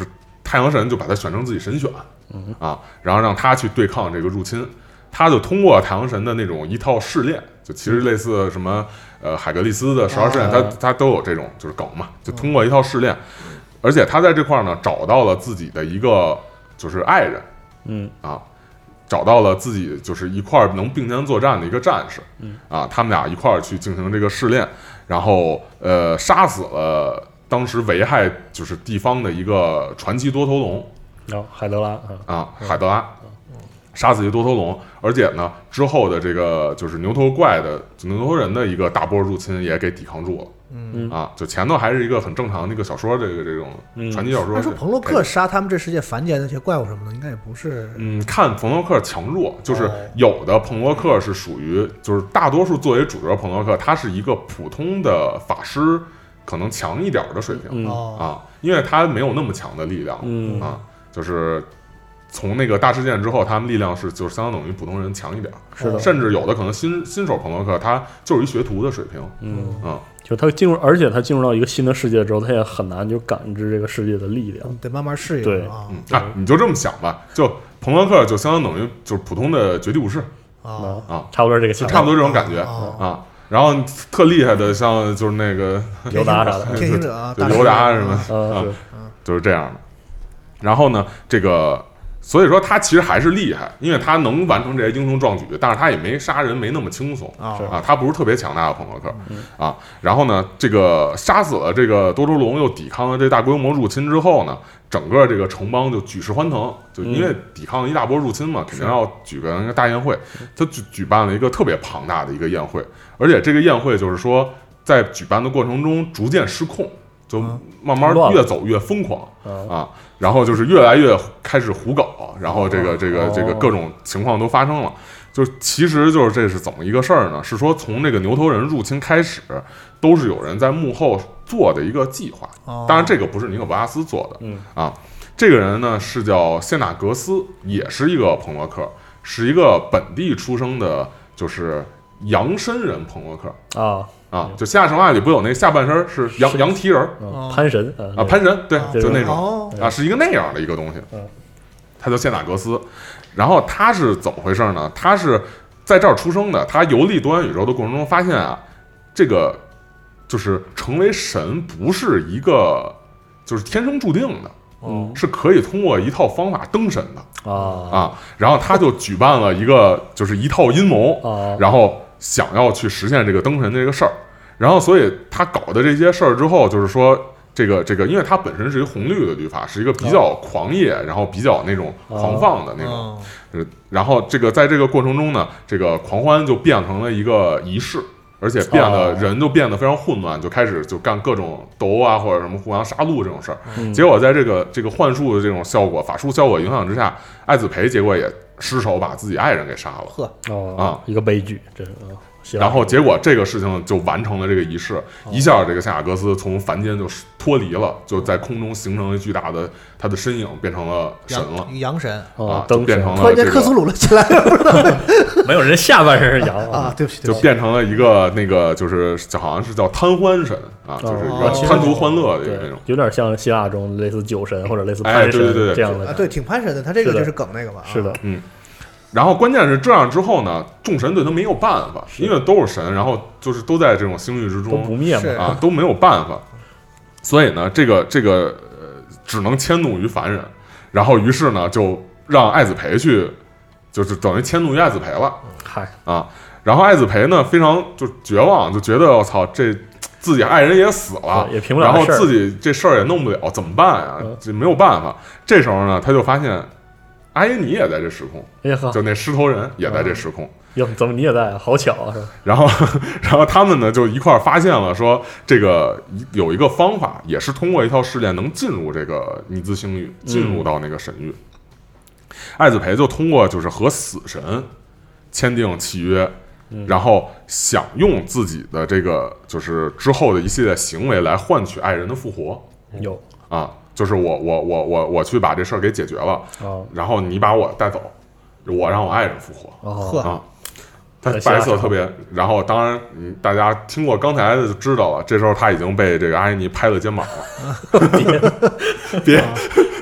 太阳神就把他选成自己神选，啊，然后让他去对抗这个入侵。他就通过太阳神的那种一套试炼，就其实类似什么呃海格力斯的十二试炼，他他都有这种就是梗嘛，就通过一套试炼，而且他在这块呢找到了自己的一个就是爱人， 嗯啊，找到了自己就是一块能并肩作战的一个战士， 嗯啊，他们俩一块去进行这个试炼，然后呃杀死了当时危害就是地方的一个传奇多头龙， 然后海德拉啊海德拉。杀死一多头龙，而且呢，之后的这个就是牛头怪的牛头人的一个大波入侵也给抵抗住了。 嗯啊，就前头还是一个很正常的一个小说，这个这种传奇小说。 他说彭洛克杀他们这世界凡间那些怪物什么的，应该也不是。 嗯，看彭洛克强弱，就是有的彭洛克是属于，就是大多数作为主角彭洛克，他是一个普通的法师，可能强一点的水平、 嗯、 啊，因为他没有那么强的力量、 嗯、 啊，就是。从那个大事件之后，他们力量是就是相当等于普通人强一点， 是的， 甚至有的可能新新手朋洛克他就是一学徒的水平， 嗯嗯， 就他进入，而且他进入到一个新的世界之后，他也很难就感知这个世界的力量， 得慢慢适应。 对， 啊， 嗯啊，你就这么想吧，就朋洛克就相当等于就是普通的绝地武士啊啊， 差不多这个差不多这种感觉啊。然后特厉害的，像就是那个尤达啥的， 天行者啊， 尤达什么啊， 就是这样的。然后呢，这个。所以说他其实还是厉害，因为他能完成这些英雄壮举，但是他也没杀人没那么轻松啊，啊，他不是特别强大的朋洛克、 嗯、 啊。然后呢，这个杀死了这个多头龙，又抵抗了这大规模入侵之后呢，整个这个城邦就举世欢腾，就因为抵抗了一大波入侵嘛， 嗯、 肯定要举个一个大宴会，他举举办了一个特别庞大的一个宴会，而且这个宴会就是说在举办的过程中逐渐失控。就慢慢越走越疯狂、嗯、啊，然后就是越来越开始胡搞，然后这个这个这个各种情况都发生了。就其实就是这是怎么一个事儿呢？是说从这个牛头人入侵开始，都是有人在幕后做的一个计划。当然，这个不是尼可波拉斯做的， 嗯啊，这个人呢是叫谢纳格斯，也是一个朋洛克，是一个本地出生的，就是羊身人朋洛克啊。 啊，就希腊神话里不有那下半身是羊羊蹄人、 嗯、潘神啊，潘神对， 啊、 就那种、 哦、 啊，是一个那样的一个东西。 嗯， 他叫谢纳格斯，然后他是怎么回事呢？他是在这儿出生的，他游历多元宇宙的过程中发现啊，这个就是成为神不是一个就是天生注定的。 嗯， 是可以通过一套方法登神的啊啊，然后他就举办了一个就是一套阴谋啊， 然后想要去实现这个登神这个事儿，然后所以他搞的这些事儿之后，就是说这个这个，因为他本身是一个红绿的律法，是一个比较狂野，然后比较那种狂放的那种，然后这个在这个过程中呢，这个狂欢就变成了一个仪式。而且变得人就变得非常混乱，就开始就干各种斗殴啊，或者什么互相杀戮这种事儿。 嗯、 结果在这个这个幻术的这种效果、法术效果影响之下，艾子培结果也失手把自己爱人给杀了。 呵， 哦啊， 一个悲剧，这是。 然后结果这个事情就完成了这个仪式， 哦、 一下这个夏亚格斯从凡间就脱离了，就在空中形成了巨大的他的身影，变成了神了， 羊神啊，就变成了、这个、 突然间克苏鲁了起来了， 没有人下半身是羊啊，对不起， 就变成了一个那个就是好像是叫贪欢神啊，就是一个贪图欢乐的一个那种， 有点像希腊中类似酒神或者类似潘神、哎、 对对对这样的啊，对，挺潘神的，他这个就是梗那个吧， 是的， 嗯。然后关键是这样之后呢，众神对他没有办法，因为都是神，然后就是都在这种星域之中都不灭嘛啊，都没有办法，所以呢，这个这个呃只能迁怒于凡人，然后于是呢就让艾子培去，就是等于迁怒于艾子培了， 嗨啊，然后艾子培呢非常就绝望，就觉得我操这。自己爱人也死了， 也平不了然后自己这事儿也弄不了，怎么办呀？ 嗯、 这没有办法。这时候呢，他就发现阿耶尼也在这时空， 哎呀， 就那狮头人也在这时空。 哟、嗯，怎么你也在？好巧啊！是吧？ 然后，然后他们呢就一块儿发现了说，这个有一个方法，也是通过一套试炼能进入这个尼兹星域，进入到那个神域。嗯、艾子培就通过就是和死神签订契约。然后想用自己的这个就是之后的一系列行为来换取爱人的复活， 有啊，就是我我我我我去把这事儿给解决了， 哦、 然后你把我带走，我让我爱人复活， 哦、 啊，他白色特别，然后当然嗯大家听过刚才的就知道了，这时候他已经被这个阿耶尼拍了肩膀了，别别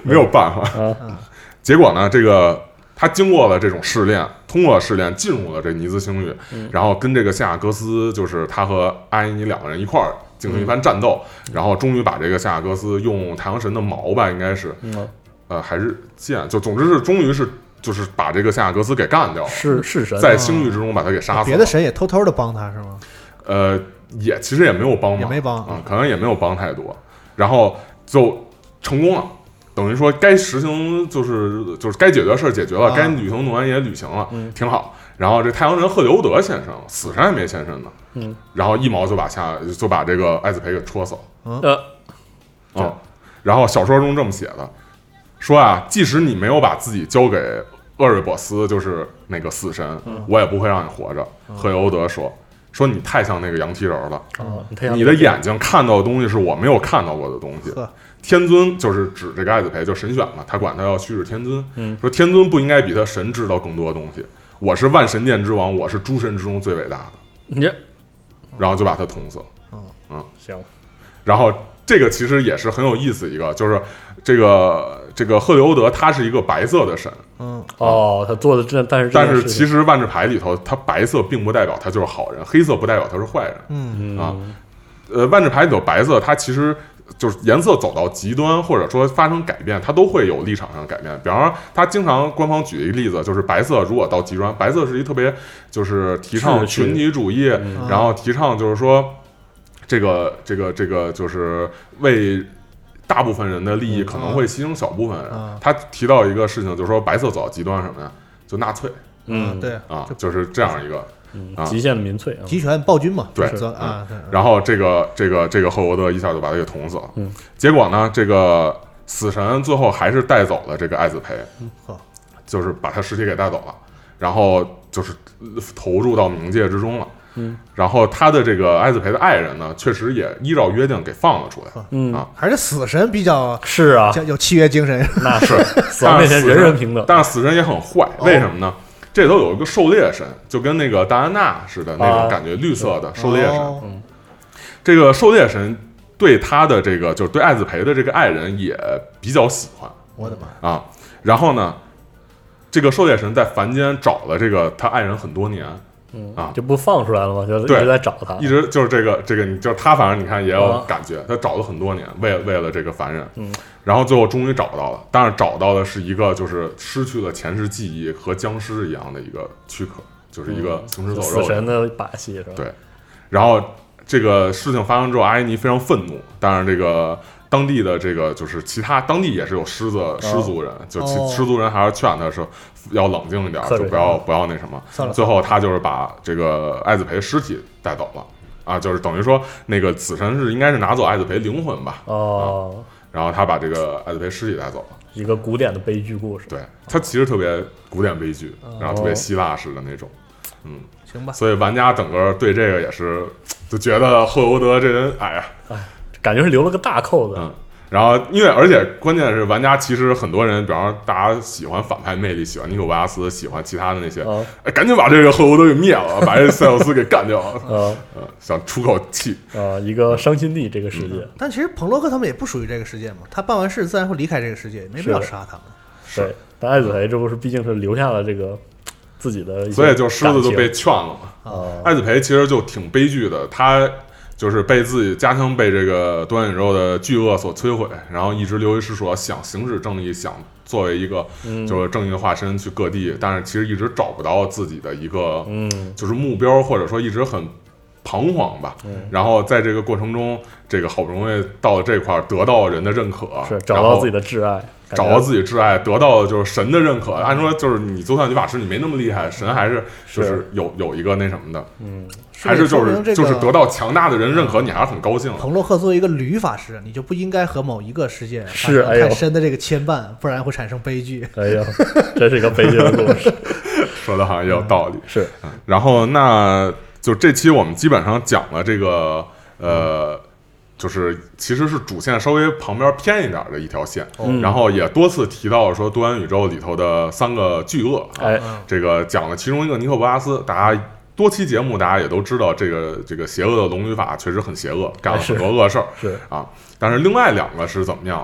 没有办法。 啊， 结果呢，这个他经过了这种试炼，通过了试炼进入了这尼兹星域， 嗯然后跟这个夏亚格斯，就是他和阿伊尼两个人一块儿进行一番战斗， 嗯、 然后终于把这个夏亚格斯用太阳神的矛吧，应该是， 嗯、 呃，还是剑，就总之是终于是就是把这个夏亚格斯给干掉了， 是是神， 在星域之中把他给杀死了。 别的神也偷偷的帮他是吗？ 呃，也其实也没有帮忙， 也没帮啊、嗯，可能也没有帮太多，然后就成功了。等于说该实行就是就是该解决的事儿解决了， 啊、 该履行诺言也履行了， 嗯， 挺好。然后这太阳神赫里欧德现身了，死神还没现身呢， 嗯， 然后一矛就把夏就把这个艾子培给戳死了， 嗯呃， 嗯，然后小说中这么写的，说啊，即使你没有把自己交给厄瑞波斯，就是那个死神， 嗯、 我也不会让你活着。 嗯、 赫里欧德说。说你太像那个羊蹄人了， 哦、 你的眼睛看到的东西是我没有看到过的东西。天尊就是指这个艾子培，就神选嘛，他管他叫虚日天尊。 嗯， 说天尊不应该比他神知道更多的东西。我是万神殿之王，我是诸神之中最伟大的。 你、嗯， 然后就把他捅死。 嗯嗯， 行。 然后这个其实也是很有意思一个，就是这个这个赫里欧德他是一个白色的神。 嗯哦，他做的这，但是但是其实万智牌里头，它白色并不代表它就是好人，黑色不代表它是坏人。 嗯啊，呃，万智牌里头白色，它其实就是颜色走到极端，或者说发生改变，它都会有立场上改变。比方说，它经常官方举一个例子，就是白色如果到极端，白色是一特别就是提倡群体主义， 嗯、 然后提倡就是说这个这个这个就是为大部分人的利益可能会牺牲小部分人。 嗯、 他提到一个事情，就是说白色走到极端什么呀？就纳粹。 嗯， 对啊，就是这样一个。 嗯， 啊、 极限的民粹， 集权暴君嘛， 对啊、 嗯，然后这个这个这个赫罗德一下就把他给捅死了， 嗯， 结果呢，这个死神最后还是带走了这个艾子培， 嗯， 就是把他尸体给带走了，然后就是投入到冥界之中了， 嗯， 然后他的这个艾子培的爱人呢，确实也依照约定给放了出来， 嗯啊， 还是死神比较是啊， 有契约精神， 那是死亡面前人人平等， 但是死神也很坏，为什么呢？这里头有一个狩猎神，就跟那个戴安娜似的那种感觉，绿色的狩猎神。 哦、 嗯，这个狩猎神对他的这个，就是对艾子培的这个爱人也比较喜欢。 我的妈啊！然后呢，这个狩猎神在凡间找了这个他爱人很多年。 嗯啊， 就不放出来了吗？就一直在找他， 一直就是这个这个，你就是他，反正你看也有感觉，啊、他找了很多年，为了为了这个凡人， 嗯， 然后最后终于找到了，但是找到的是一个就是失去了前世记忆和僵尸一样的一个躯壳，就是一个行尸走肉、 嗯、死神的把戏是吧？ 对，然后这个事情发生之后，阿依尼非常愤怒，当然这个。当地的这个就是其他当地也是有狮子狮族人，就其狮族人还是劝他说要冷静一点，就不要不要那什么。最后他就是把这个艾子培尸体带走了啊，就是等于说那个死神是应该是拿走艾子培灵魂吧？ 哦、 啊，然后他把这个艾子培尸体带走了， 一个古典的悲剧故事。 对，他其实特别古典悲剧，然后特别希腊式的那种，嗯， 行吧。 所以玩家整个对这个也是就觉得赫罗德这人，哎呀， 哎。感觉是留了个大扣子， 嗯，然后因为而且关键是玩家其实很多人，比方说大家喜欢反派魅力，喜欢尼可维亚斯，喜欢其他的那些， 哦、 哎，赶紧把这个赫罗德给灭了，把这塞奥斯给干掉了， 呃、 嗯，想出口气啊、呃，一个伤心地这个世界、 嗯。但其实彭洛克他们也不属于这个世界嘛，他办完事自然会离开这个世界，没必要杀他们。 对，但艾子培这不是毕竟是留下了这个自己的， 所以就狮子就被劝了嘛。 哦、 艾子培其实就挺悲剧的，他。就是被自己家乡被这个多元宇宙的巨恶所摧毁，然后一直流离失所，想行使正义，想作为一个就是正义的化身去各地，嗯、但是其实一直找不到自己的一个就是目标，或者说一直很彷徨吧。 嗯、 然后在这个过程中，这个好不容易到了这块，得到人的认可， 是找到自己的挚爱， 找到自己挚爱，得到的就是神的认可。按说就是你就算你法师你没那么厉害，神还是就是有有一个那什么的， 嗯。 还是就是就是得到强大的人认可，你还是很高兴的。 彭洛克作为一个吕法师，你就不应该和某一个世界是太深的这个牵绊，不然会产生悲剧。 哎呀，这是一个悲剧的故事， 说的好像也有道理。 嗯、是、 嗯，然后那就这期我们基本上讲了这个呃，就是其实是主线稍微旁边偏一点的一条线， 嗯、 然后也多次提到说多元宇宙里头的三个巨恶啊， 哎、 这个讲了其中一个尼克波拉斯，大家。多期节目大家也都知道，这个这个邪恶的龙女法确实很邪恶，干了很多恶事儿， 是啊。但是另外两个是怎么样？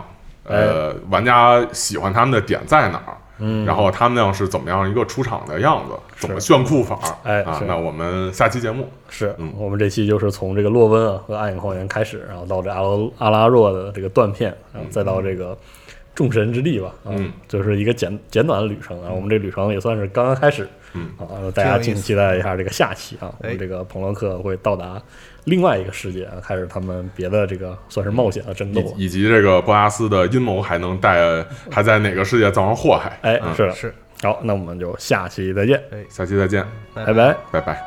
呃，玩家喜欢他们的点在哪儿。 嗯， 然后他们俩是怎么样一个出场的样子，怎么炫酷法？ 哎啊，那我们下期节目是、 嗯、 我们这期就是从这个洛温啊和暗影荒原开始，然后到这阿罗阿拉若的这个断片，然后再到这个众神之地吧，啊、 嗯， 就是一个简简短的旅程啊。我们这旅程也算是刚刚开始， 嗯啊，大家敬请期待一下这个下期啊，我们这个彭洛克会到达另外一个世界啊，开始他们别的这个算是冒险的争斗， 以以及这个波拉斯的阴谋还能带还在哪个世界造成祸害？ 哎， 嗯、 是的， 是。 好，那我们就下期再见， 哎， 下期再见， 拜拜， 拜拜。